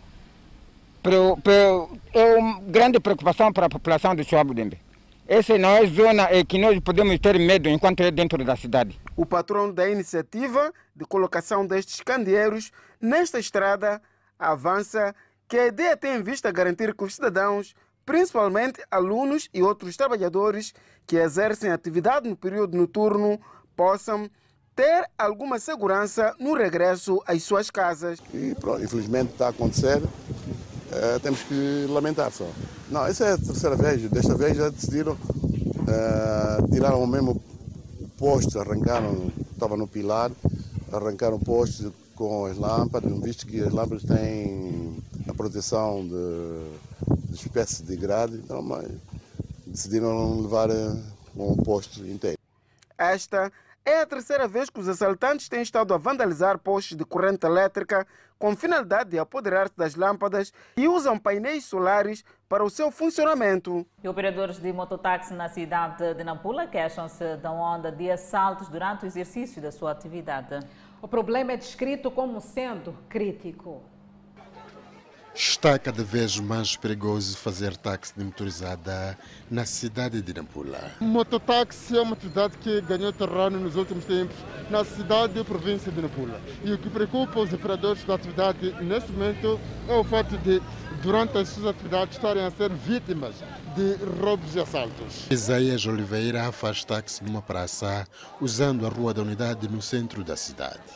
é uma grande preocupação para a população de Schwab Dembe. Essa não é zona que nós podemos ter medo enquanto é dentro da cidade. O patrono da iniciativa de colocação destes candeeiros nesta estrada avança que a ideia tem em vista garantir que os cidadãos, principalmente alunos e outros trabalhadores que exercem atividade no período noturno, possam ter alguma segurança no regresso às suas casas. E pronto, infelizmente está a acontecer, uh, temos que lamentar só. Não, essa é a terceira vez, desta vez já decidiram, uh, tiraram o mesmo posto, arrancaram, estava no pilar, arrancaram o posto com as lâmpadas, visto que as lâmpadas têm a proteção de, de espécies de grade, então mas decidiram levar uh, um posto inteiro. Esta é a terceira vez que os assaltantes têm estado a vandalizar postes de corrente elétrica com finalidade de apoderar-se das lâmpadas e usam painéis solares para o seu funcionamento. E operadores de mototáxi na cidade de Nampula queixam-se da onda de assaltos durante o exercício da sua atividade. O problema é descrito como sendo crítico. Está cada vez mais perigoso fazer táxi de motorizada na cidade de Nampula. O mototáxi é uma atividade que ganhou terreno nos últimos tempos na cidade e província de Nampula. E o que preocupa os operadores da atividade neste momento é o fato de, durante as suas atividades, estarem a ser vítimas de roubos e assaltos. Isaías Oliveira faz táxi numa praça usando a Rua da Unidade no centro da cidade.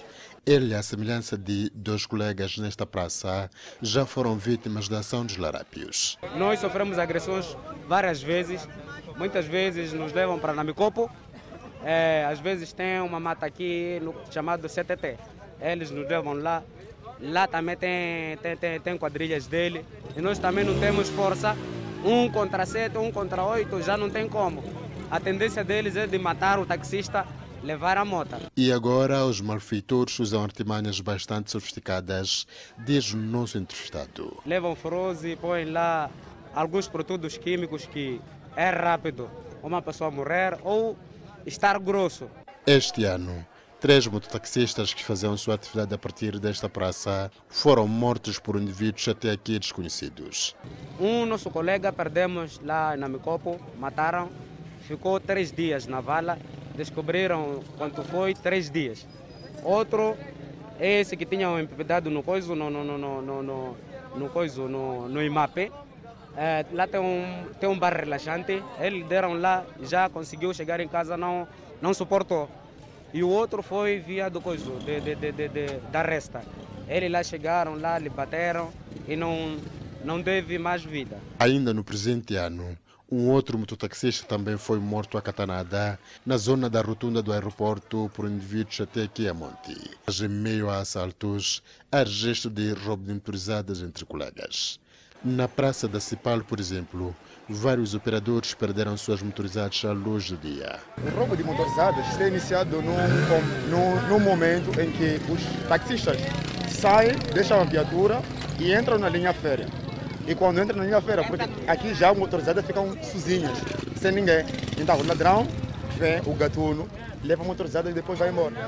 Ele, à semelhança de dois colegas nesta praça, já foram vítimas da ação dos larápios. Nós sofremos agressões várias vezes, muitas vezes nos levam para Namicopo, é, às vezes tem uma mata aqui no, chamado C T T, eles nos levam lá, lá também tem, tem, tem, tem quadrilhas dele, e nós também não temos força, um contra sete, um contra oito, já não tem como. A tendência deles é de matar o taxista, levar a moto. E agora os malfeitores usam artimanhas bastante sofisticadas, diz o nosso entrevistado. Levam feroz e põem lá alguns produtos químicos que é rápido uma pessoa morrer ou estar grosso. Este ano, três mototaxistas que faziam sua atividade a partir desta praça foram mortos por indivíduos até aqui desconhecidos. Um nosso colega perdemos lá na Micopo, mataram, ficou três dias na vala. Descobriram quanto foi, três dias. Outro, esse que tinha um empedado no coiso, no, no, no, no, no, no, coiso, no, no I M A P. É, lá tem um, tem um bar relaxante. Eles deram lá, já conseguiu chegar em casa, não, não suportou. E o outro foi via do coiso, de, de, de, de, de, da resta. Eles lá chegaram, lá lhe bateram e não, não teve mais vida. Ainda no presente ano, um outro mototaxista também foi morto a catanada na zona da rotunda do aeroporto por indivíduos até aqui a monte. Mas em meio a assaltos, há registro de roubo de motorizadas entre colegas. Na praça da Cipal, por exemplo, vários operadores perderam suas motorizadas à luz do dia. O roubo de motorizadas está iniciado num, num, num momento em que os taxistas saem, deixam a viatura e entram na linha férrea. E quando entra na linha férrea, porque aqui já as motorizadas ficam sozinhas, sem ninguém. Então o ladrão vê o gatuno, leva a motorizada e depois vai embora.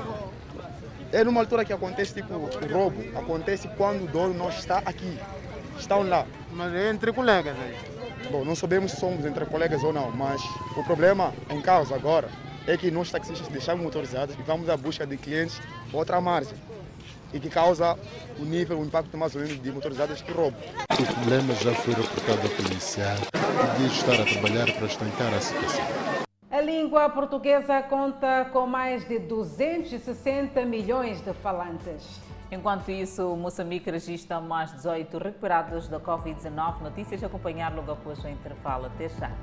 É numa altura que acontece tipo o roubo, acontece quando o dono não está aqui, estão lá. Mas é entre colegas aí? Bom, não sabemos se somos entre colegas ou não, mas o problema em causa agora é que nós taxistas deixamos motorizadas e vamos à busca de clientes outra margem. E que causa o nível, o impacto mais ou menos de motorizadas que roubam. O problema já foi reportado à polícia, que diz estar a trabalhar para estancar a situação. A língua portuguesa conta com mais de duzentos e sessenta milhões de falantes. Enquanto isso, Moçambique registra mais dezoito recuperados da Covid dezenove. Notícias a acompanhar logo após o intervalo. Até já.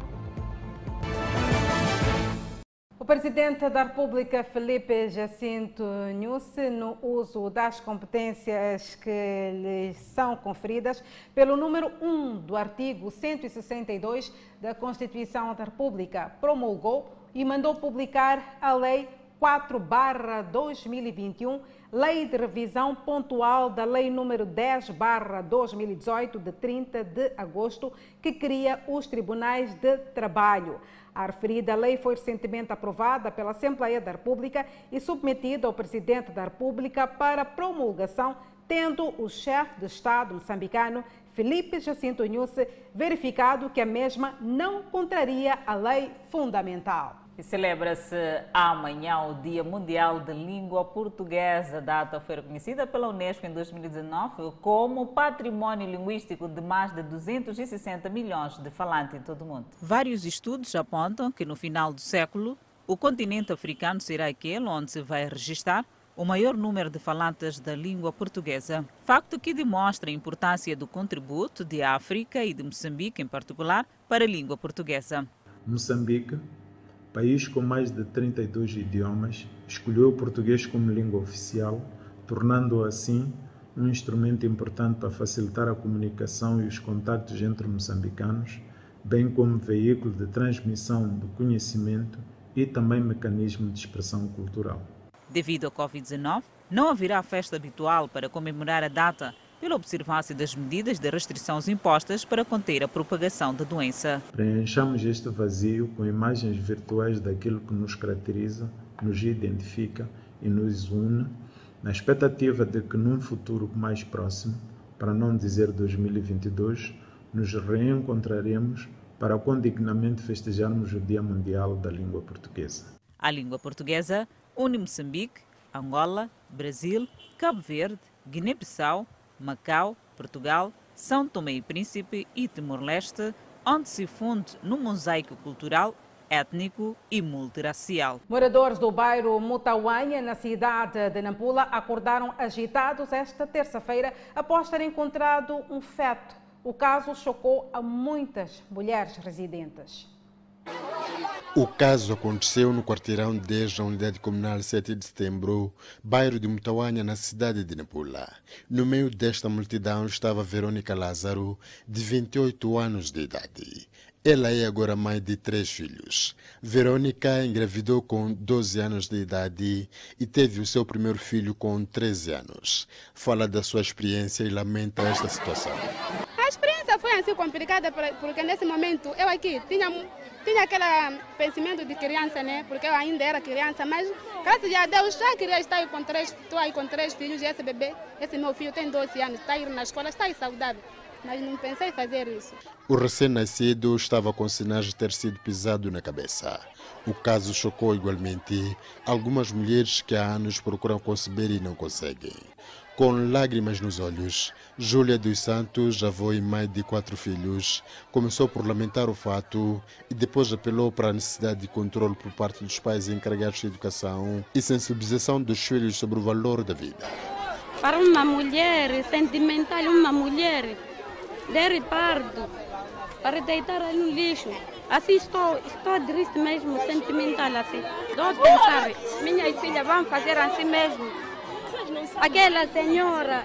O presidente da República, Filipe Jacinto Nyusi, no uso das competências que lhe são conferidas pelo número um do artigo cento e sessenta e dois da Constituição da República, promulgou e mandou publicar a Lei quatro barra dois mil e vinte e um, Lei de Revisão Pontual da Lei número dez barra dois mil e dezoito, de trinta de agosto, que cria os Tribunais de Trabalho. A referida lei foi recentemente aprovada pela Assembleia da República e submetida ao Presidente da República para promulgação, tendo o chefe de Estado moçambicano, Filipe Jacinto Nyusi, verificado que a mesma não contraria a lei fundamental. E celebra-se amanhã o Dia Mundial de Língua Portuguesa. A data foi reconhecida pela Unesco em dois mil e dezenove como património linguístico de mais de duzentos e sessenta milhões de falantes em todo o mundo. Vários estudos apontam que no final do século, o continente africano será aquele onde se vai registrar o maior número de falantes da língua portuguesa. Facto que demonstra a importância do contributo de África e de Moçambique, em particular, para a língua portuguesa. Moçambique, país com mais de trinta e dois idiomas, escolheu o português como língua oficial, tornando-o assim um instrumento importante para facilitar a comunicação e os contactos entre moçambicanos, bem como veículo de transmissão do conhecimento e também mecanismo de expressão cultural. Devido à Covid dezenove, não haverá festa habitual para comemorar a data, pela observância das medidas de restrições impostas para conter a propagação da doença. Preenchamos este vazio com imagens virtuais daquilo que nos caracteriza, nos identifica e nos une, na expectativa de que num futuro mais próximo, para não dizer dois mil e vinte e dois, nos reencontraremos para condignamente festejarmos o Dia Mundial da Língua Portuguesa. A língua portuguesa une Moçambique, Angola, Brasil, Cabo Verde, Guiné-Bissau, Macau, Portugal, São Tomé e Príncipe e Timor-Leste, onde se funde num mosaico cultural étnico e multirracial. Moradores do bairro Mutauanha, na cidade de Nampula, acordaram agitados esta terça-feira após terem encontrado um feto. O caso chocou a muitas mulheres residentes. O caso aconteceu no quarteirão dez da Unidade Comunal sete de setembro, bairro de Mutauanha, na cidade de Nampula. No meio desta multidão estava Verônica Lázaro, de vinte e oito anos de idade. Ela é agora mãe de três filhos. Verônica engravidou com doze anos de idade e teve o seu primeiro filho com treze anos. Fala da sua experiência e lamenta esta situação. A experiência foi assim complicada porque nesse momento eu aqui tinha, tinha aquele pensamento de criança, né? Porque eu ainda era criança, mas graças a Deus já queria estar com três, estou aí com três filhos e esse bebê, esse meu filho tem doze anos, está aí na escola, está aí saudável. Mas não pensei em fazer isso. O recém-nascido estava com sinais de ter sido pisado na cabeça. O caso chocou igualmente algumas mulheres que há anos procuram conceber e não conseguem. Com lágrimas nos olhos, Júlia dos Santos, avó e mãe de quatro filhos, começou por lamentar o fato e depois apelou para a necessidade de controle por parte dos pais encarregados de educação e sensibilização dos filhos sobre o valor da vida. Para uma mulher sentimental, uma mulher de reparto, para deitar ali no lixo. Assim estou, estou triste mesmo, sentimental assim. Estou a pensar, minhas filhas vão fazer assim mesmo. Aquela senhora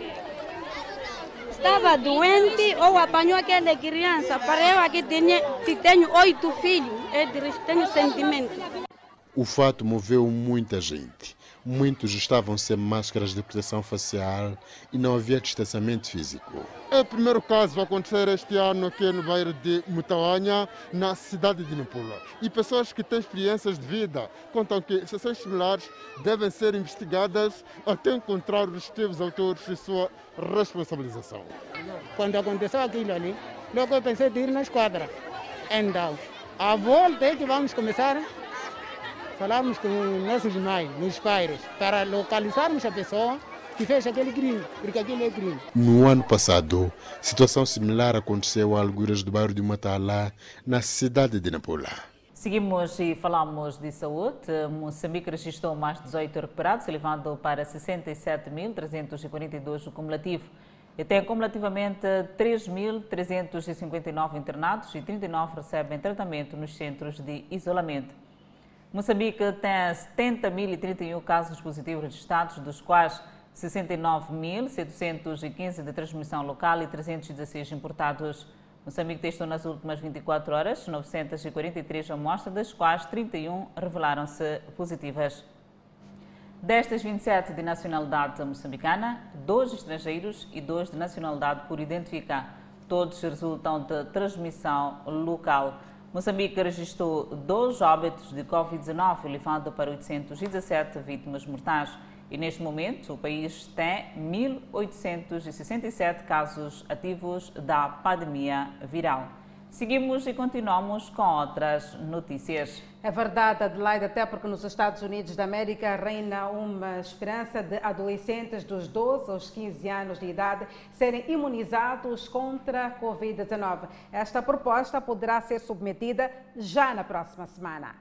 estava doente ou apanhou aquela criança. Para eu aqui tenho, que tenho oito filhos, é triste, tenho sentimento. O fato moveu muita gente. Muitos estavam sem máscaras de proteção facial e não havia distanciamento físico. É o primeiro caso a acontecer este ano aqui no bairro de Mutauanha, na cidade de Nampula. E pessoas que têm experiências de vida contam que situações similares devem ser investigadas até encontrar os respectivos autores e sua responsabilização. Quando aconteceu aquilo ali, logo eu pensei de ir na esquadra. Então, à volta é que vamos começar falarmos com nossos mães, nos pais, para localizarmos a pessoa que fez aquele crime, porque aquilo é crime. No ano passado, situação similar aconteceu a alguras do bairro de Matala, na cidade de Nampula. Seguimos e falamos de saúde. Moçambique registrou mais dezoito recuperados, elevando para sessenta e sete mil trezentos e quarenta e dois o cumulativo. E tem cumulativamente três mil trezentos e cinquenta e nove internados e trinta e nove recebem tratamento nos centros de isolamento. Moçambique tem setenta mil e trinta e um casos positivos registrados, dos quais sessenta e nove mil setecentos e quinze de transmissão local e trezentos e dezesseis importados. Moçambique testou nas últimas vinte e quatro horas novecentas e quarenta e três amostras, das quais trinta e um revelaram-se positivas. Destas vinte e sete de nacionalidade moçambicana, dois estrangeiros e dois de nacionalidade por identificar. Todos resultam de transmissão local. Moçambique registrou dois óbitos de Covid dezenove, levando para oitocentos e dezassete vítimas mortais. E neste momento o país tem mil oitocentos e sessenta e sete casos ativos da pandemia viral. Seguimos e continuamos com outras notícias. É verdade, Adelaide, até porque nos Estados Unidos da América reina uma esperança de adolescentes dos doze aos quinze anos de idade serem imunizados contra a Covid dezenove. Esta proposta poderá ser submetida já na próxima semana.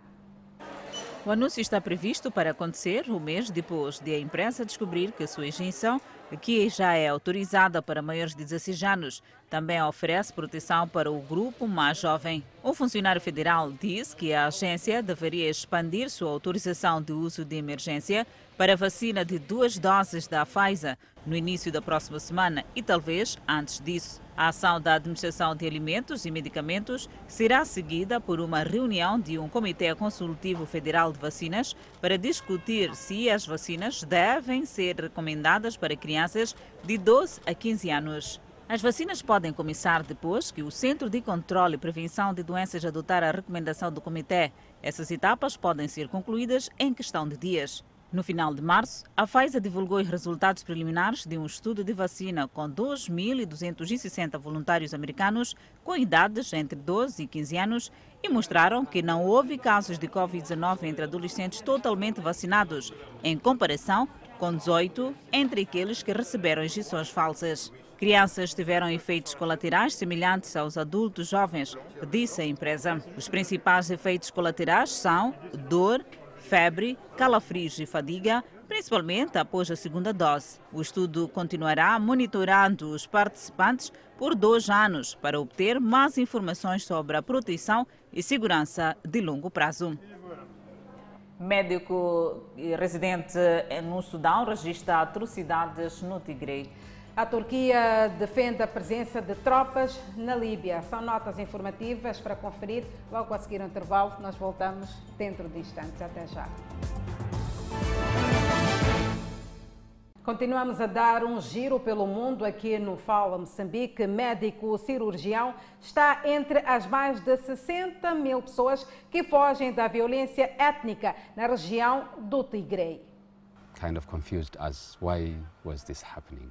O anúncio está previsto para acontecer um mês depois de a imprensa descobrir que a sua injeção, que já é autorizada para maiores de dezesseis anos, também oferece proteção para o grupo mais jovem. O funcionário federal disse que a agência deveria expandir sua autorização de uso de emergência para a vacina de duas doses da Pfizer no início da próxima semana e talvez antes disso. A ação da Administração de Alimentos e Medicamentos será seguida por uma reunião de um Comitê Consultivo Federal de Vacinas para discutir se as vacinas devem ser recomendadas para crianças de doze a quinze anos. As vacinas podem começar depois que o Centro de Controle e Prevenção de Doenças adotar a recomendação do Comitê. Essas etapas podem ser concluídas em questão de dias. No final de março, a Pfizer divulgou os resultados preliminares de um estudo de vacina com dois mil duzentos e sessenta voluntários americanos com idades entre doze e quinze anos e mostraram que não houve casos de Covid dezenove entre adolescentes totalmente vacinados, em comparação com dezoito entre aqueles que receberam injeções falsas. Crianças tiveram efeitos colaterais semelhantes aos adultos jovens, disse a empresa. Os principais efeitos colaterais são dor, febre, calafrios e fadiga, principalmente após a segunda dose. O estudo continuará monitorando os participantes por dois anos para obter mais informações sobre a proteção e segurança de longo prazo. Médico residente no Sudão registra atrocidades no Tigre. A Turquia defende a presença de tropas na Líbia. São notas informativas para conferir. Logo a seguir o intervalo, nós voltamos dentro de instantes. Até já. Continuamos a dar um giro pelo mundo aqui no Fala Moçambique. Médico cirurgião está entre as mais de sessenta mil pessoas que fogem da violência étnica na região do Tigre. Kind of confused as why was this happening?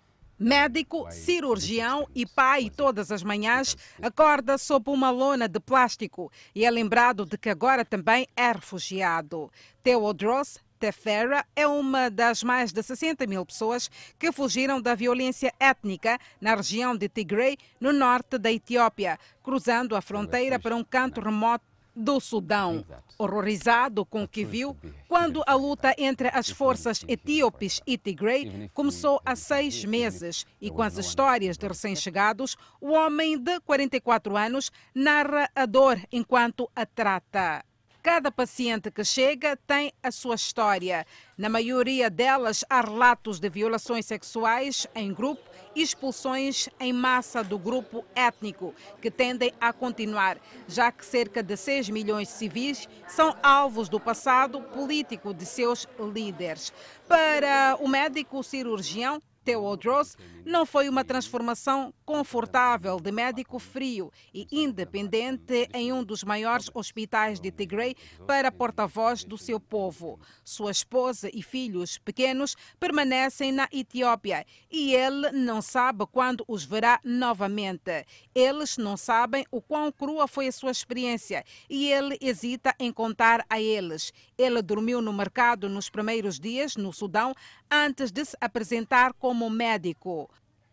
Médico, cirurgião e pai todas as manhãs acorda sob uma lona de plástico e é lembrado de que agora também é refugiado. Teodros Tefera é uma das mais de sessenta mil pessoas que fugiram da violência étnica na região de Tigray, no norte da Etiópia, cruzando a fronteira para um canto remoto do Sudão. Horrorizado com o que viu, quando a luta entre as forças etíopes e Tigray começou há seis meses e com as histórias de recém-chegados, o homem de quarenta e quatro anos narra a dor enquanto a trata. Cada paciente que chega tem a sua história. Na maioria delas, há relatos de violações sexuais em grupo e expulsões em massa do grupo étnico, que tendem a continuar, já que cerca de seis milhões de civis são alvos do passado político de seus líderes. Para o médico cirurgião Teodros, não foi uma transformação confortável de médico frio e independente em um dos maiores hospitais de Tigray para porta-voz do seu povo. Sua esposa e filhos pequenos permanecem na Etiópia e ele não sabe quando os verá novamente. Eles não sabem o quão crua foi a sua experiência e ele hesita em contar a eles. Ele dormiu no mercado nos primeiros dias no Sudão antes de se apresentar como médico.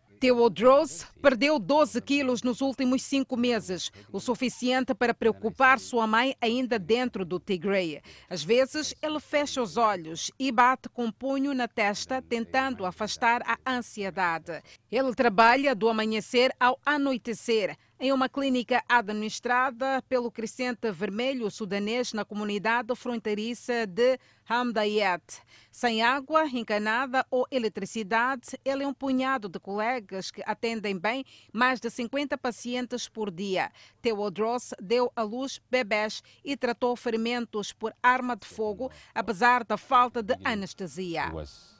Teodros perdeu doze quilos nos últimos cinco meses, o suficiente para preocupar sua mãe ainda dentro do Tigray. Às vezes, ele fecha os olhos e bate com o punho na testa, tentando afastar a ansiedade. Ele trabalha do amanhecer ao anoitecer em uma clínica administrada pelo Crescente Vermelho Sudanês na comunidade fronteiriça de Hamdayet. Sem água encanada ou eletricidade, ele é um punhado de colegas que atendem bem mais de cinquenta pacientes por dia. Teodros deu à luz bebés e tratou ferimentos por arma de fogo, apesar da falta de anestesia.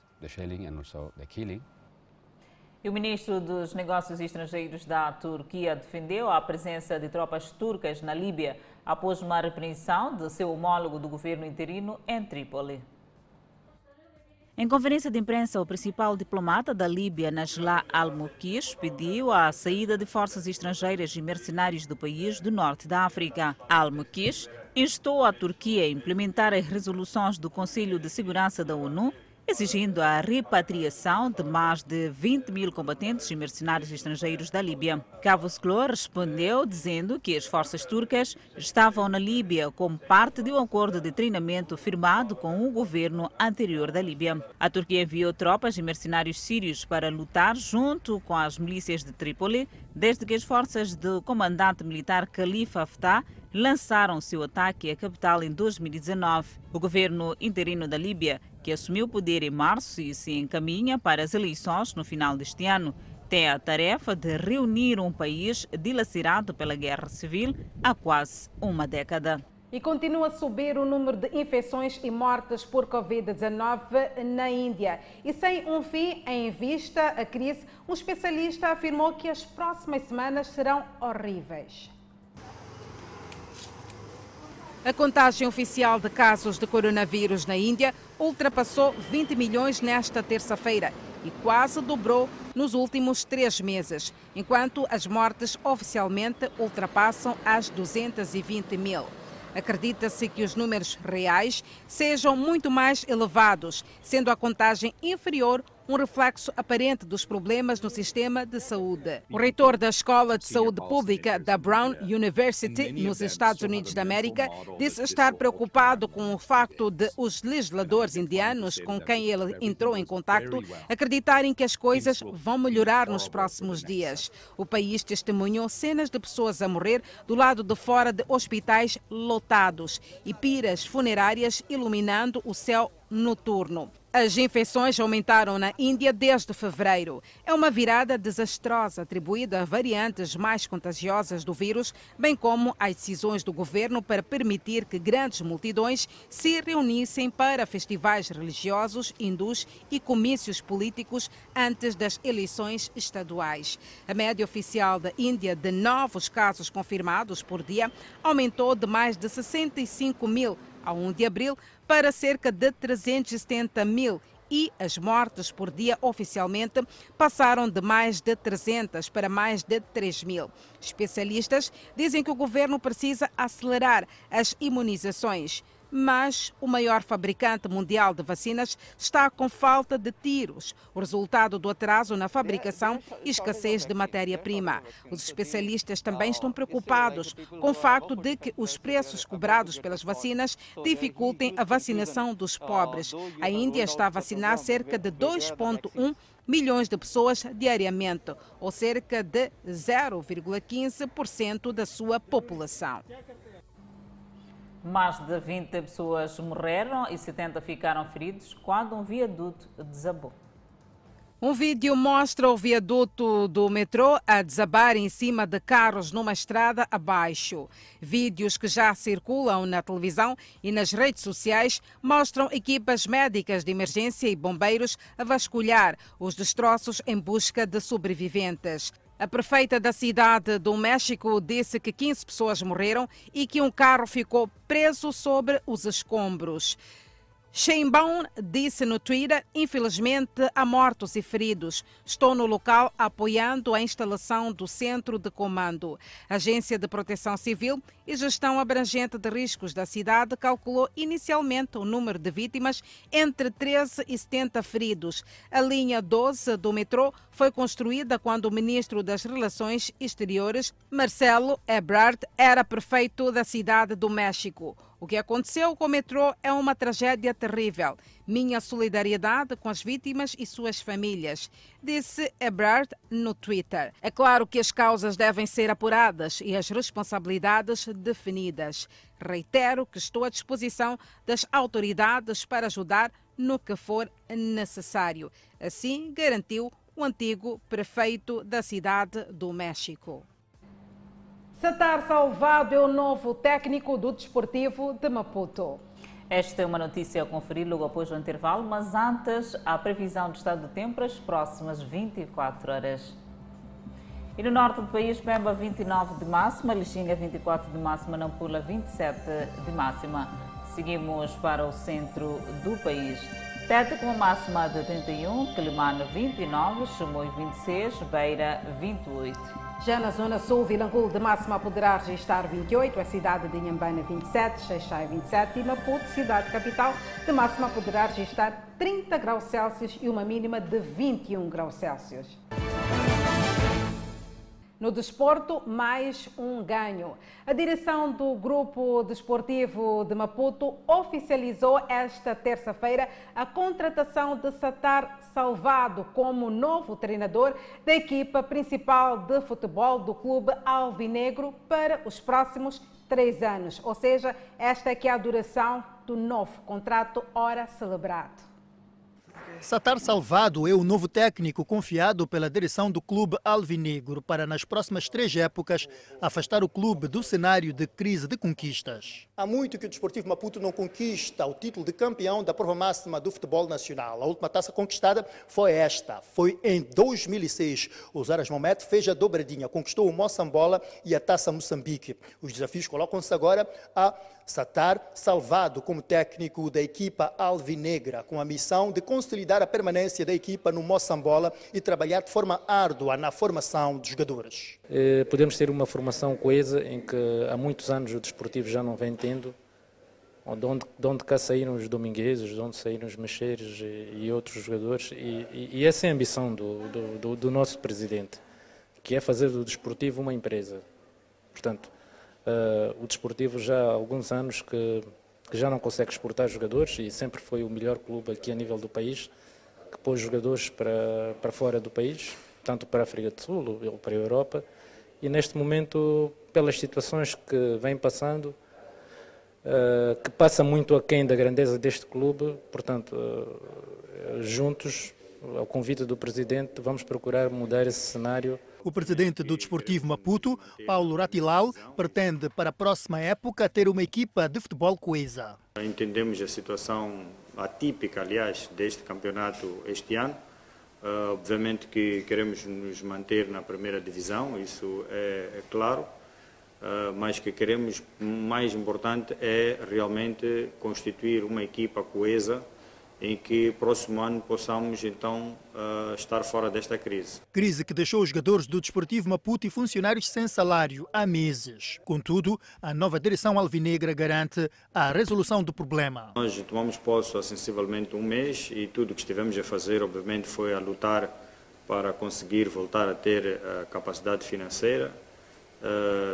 E o ministro dos Negócios Estrangeiros da Turquia defendeu a presença de tropas turcas na Líbia após uma repreensão de seu homólogo do governo interino em Trípoli. Em conferência de imprensa, o principal diplomata da Líbia, Najla Al-Mukish, pediu a saída de forças estrangeiras e mercenários do país do norte da África. Al-Mukish instou a Turquia a implementar as resoluções do Conselho de Segurança da ONU, exigindo a repatriação de mais de vinte mil combatentes e mercenários estrangeiros da Líbia. Cavusoglu respondeu dizendo que as forças turcas estavam na Líbia como parte de um acordo de treinamento firmado com o governo anterior da Líbia. A Turquia enviou tropas e mercenários sírios para lutar junto com as milícias de Trípoli, desde que as forças do comandante militar Khalifa Haftar lançaram seu ataque à capital em dois mil e dezenove. O governo interino da Líbia, que assumiu o poder em março e se encaminha para as eleições no final deste ano, tem a tarefa de reunir um país dilacerado pela guerra civil há quase uma década. E continua a subir o número de infecções e mortes por Covid dezenove na Índia. E sem um fim em vista, a crise, um especialista afirmou que as próximas semanas serão horríveis. A contagem oficial de casos de coronavírus na Índia ultrapassou vinte milhões nesta terça-feira e quase dobrou nos últimos três meses, enquanto as mortes oficialmente ultrapassam as duzentos e vinte mil. Acredita-se que os números reais sejam muito mais elevados, sendo a contagem inferior um reflexo aparente dos problemas no sistema de saúde. O reitor da Escola de Saúde Pública da Brown University, nos Estados Unidos da América, disse estar preocupado com o facto de os legisladores indianos com quem ele entrou em contacto acreditarem que as coisas vão melhorar nos próximos dias. O país testemunhou cenas de pessoas a morrer do lado de fora de hospitais lotados e piras funerárias iluminando o céu noturno. As infecções aumentaram na Índia desde fevereiro. É uma virada desastrosa atribuída a variantes mais contagiosas do vírus, bem como às decisões do governo para permitir que grandes multidões se reunissem para festivais religiosos, hindus e comícios políticos antes das eleições estaduais. A média oficial da Índia de novos casos confirmados por dia aumentou de mais de sessenta e cinco mil a primeiro de abril para cerca de trezentos e setenta mil e as mortes por dia oficialmente passaram de mais de trezentas para mais de três mil. Especialistas dizem que o governo precisa acelerar as imunizações, mas o maior fabricante mundial de vacinas está com falta de tiros, o resultado do atraso na fabricação e escassez de matéria-prima. Os especialistas também estão preocupados com o facto de que os preços cobrados pelas vacinas dificultem a vacinação dos pobres. A Índia está a vacinar cerca de dois vírgula um milhões de pessoas diariamente, ou cerca de zero vírgula quinze por cento da sua população. Mais de vinte pessoas morreram e setenta ficaram feridos quando um viaduto desabou. Um vídeo mostra o viaduto do metrô a desabar em cima de carros numa estrada abaixo. Vídeos que já circulam na televisão e nas redes sociais mostram equipas médicas de emergência e bombeiros a vasculhar os destroços em busca de sobreviventes. A prefeita da cidade do México disse que quinze pessoas morreram e que um carro ficou preso sobre os escombros. Sheinbaum disse no Twitter: infelizmente há mortos e feridos. Estou no local apoiando a instalação do centro de comando. A Agência de Proteção Civil e Gestão Abrangente de Riscos da cidade calculou inicialmente o número de vítimas entre treze e setenta feridos. A linha doze do metrô foi construída quando o ministro das Relações Exteriores, Marcelo Ebrard, era prefeito da cidade do México. O que aconteceu com o metrô é uma tragédia terrível. Minha solidariedade com as vítimas e suas famílias, disse Ebrard no Twitter. É claro que as causas devem ser apuradas e as responsabilidades definidas. Reitero que estou à disposição das autoridades para ajudar no que for necessário. Assim garantiu o antigo prefeito da cidade do México. Satar Salvado é o novo técnico do Desportivo de Maputo. Esta é uma notícia a conferir logo após o intervalo, mas antes a previsão do estado do tempo para as próximas vinte e quatro horas. E no norte do país, Pemba vinte e nove de máxima, Lixinga vinte e quatro de máxima, Nampula vinte e sete de máxima. Seguimos para o centro do país. Tete com máxima de trinta e um, Quelimane vinte e nove, Chimoio vinte e seis, Beira vinte e oito. Já na zona sul, Vilanculo de máxima poderá registrar vinte e oito, a cidade de Inhambane vinte e sete, Xaixai vinte e sete e Maputo, cidade capital, de máxima poderá registrar trinta graus Celsius e uma mínima de vinte e um graus Celsius. No desporto, mais um ganho. A direção do Grupo Desportivo de Maputo oficializou esta terça-feira a contratação de Satar Salvado como novo treinador da equipa principal de futebol do clube alvinegro para os próximos três anos. Ou seja, esta é que é a duração do novo contrato ora celebrado. Satar Salvado é o novo técnico confiado pela direção do clube alvinegro para, nas próximas três épocas, afastar o clube do cenário de crise de conquistas. Há muito que o Desportivo Maputo não conquista o título de campeão da prova máxima do futebol nacional. A última taça conquistada foi esta, foi em dois mil e seis. O Zaras Mohamed fez a dobradinha, conquistou o Moçambola e a Taça Moçambique. Os desafios colocam-se agora a Satar Salvado como técnico da equipa alvinegra, com a missão de consolidar a permanência da equipa no Moçambola e trabalhar de forma árdua na formação dos jogadores. Eh, podemos ter uma formação coesa em que há muitos anos o Desportivo já não vem tendo, de onde, de onde cá saíram os domingueses, de onde saíram os mexeiros e, e outros jogadores, e, e, e essa é a ambição do, do, do, do nosso presidente, que é fazer do desportivo uma empresa. Portanto, uh, o desportivo já há alguns anos que, que já não consegue exportar jogadores e sempre foi o melhor clube aqui a nível do país, que pôs jogadores para, para fora do país, tanto para a África do Sul ou para a Europa, e neste momento, pelas situações que vêm passando, uh, que passa muito aquém da grandeza deste clube, portanto, uh, juntos, ao convite do Presidente, vamos procurar mudar esse cenário. O presidente do Desportivo Maputo, Paulo Ratilal, pretende para a próxima época ter uma equipa de futebol coesa. Entendemos a situação atípica, aliás, deste campeonato este ano. Uh, obviamente que queremos nos manter na primeira divisão, isso é, é claro, uh, mas que queremos, mais importante, é realmente constituir uma equipa coesa em que próximo ano possamos então uh, estar fora desta crise. Crise que deixou os jogadores do Desportivo Maputo e funcionários sem salário há meses. Contudo, a nova direção alvinegra garante a resolução do problema. Nós tomamos posse há sensivelmente um mês e tudo o que estivemos a fazer, obviamente, foi a lutar para conseguir voltar a ter a capacidade financeira. Uh,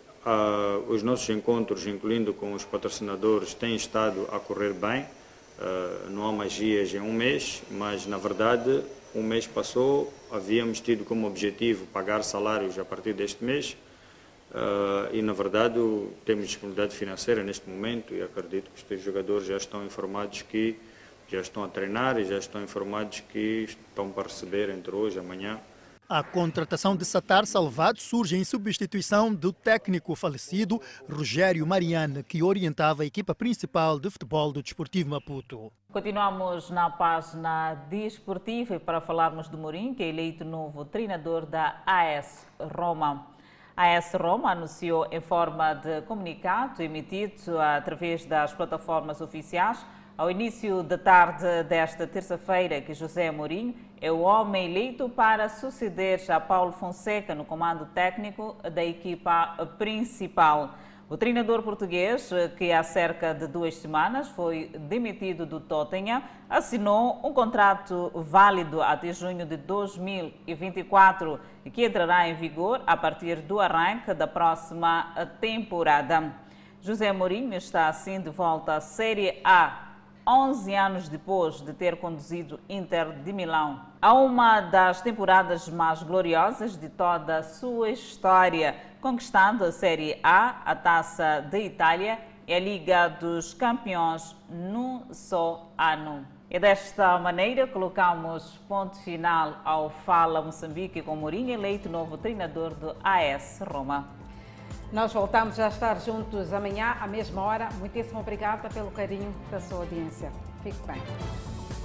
uh, os nossos encontros, incluindo com os patrocinadores, têm estado a correr bem. Uh, não há magias em um mês, mas na verdade um mês passou, havíamos tido como objetivo pagar salários a partir deste mês uh, e na verdade temos disponibilidade financeira neste momento e acredito que os jogadores já estão informados que já estão a treinar e já estão informados que estão para receber entre hoje e amanhã. A contratação de Satar Salvado surge em substituição do técnico falecido Rogério Mariane, que orientava a equipa principal de futebol do Desportivo Maputo. Continuamos na página desportiva e para falarmos do Mourinho, que é eleito novo treinador da A S Roma. A AS Roma anunciou em forma de comunicado emitido através das plataformas oficiais ao início da tarde desta terça-feira que José Mourinho é o homem eleito para suceder a Paulo Fonseca no comando técnico da equipa principal. O treinador português, que há cerca de duas semanas foi demitido do Tottenham, assinou um contrato válido até junho de dois mil e vinte e quatro e que entrará em vigor a partir do arranque da próxima temporada. José Mourinho está assim de volta à Série A, onze anos depois de ter conduzido Inter de Milão a uma das temporadas mais gloriosas de toda a sua história, conquistando a Série A, a Taça da Itália e a Liga dos Campeões num só ano. E desta maneira colocamos ponto final ao Fala Moçambique com Mourinho, eleito novo treinador do A S Roma. Nós voltamos a estar juntos amanhã, à mesma hora. Muitíssimo obrigada pelo carinho da sua audiência. Fique bem.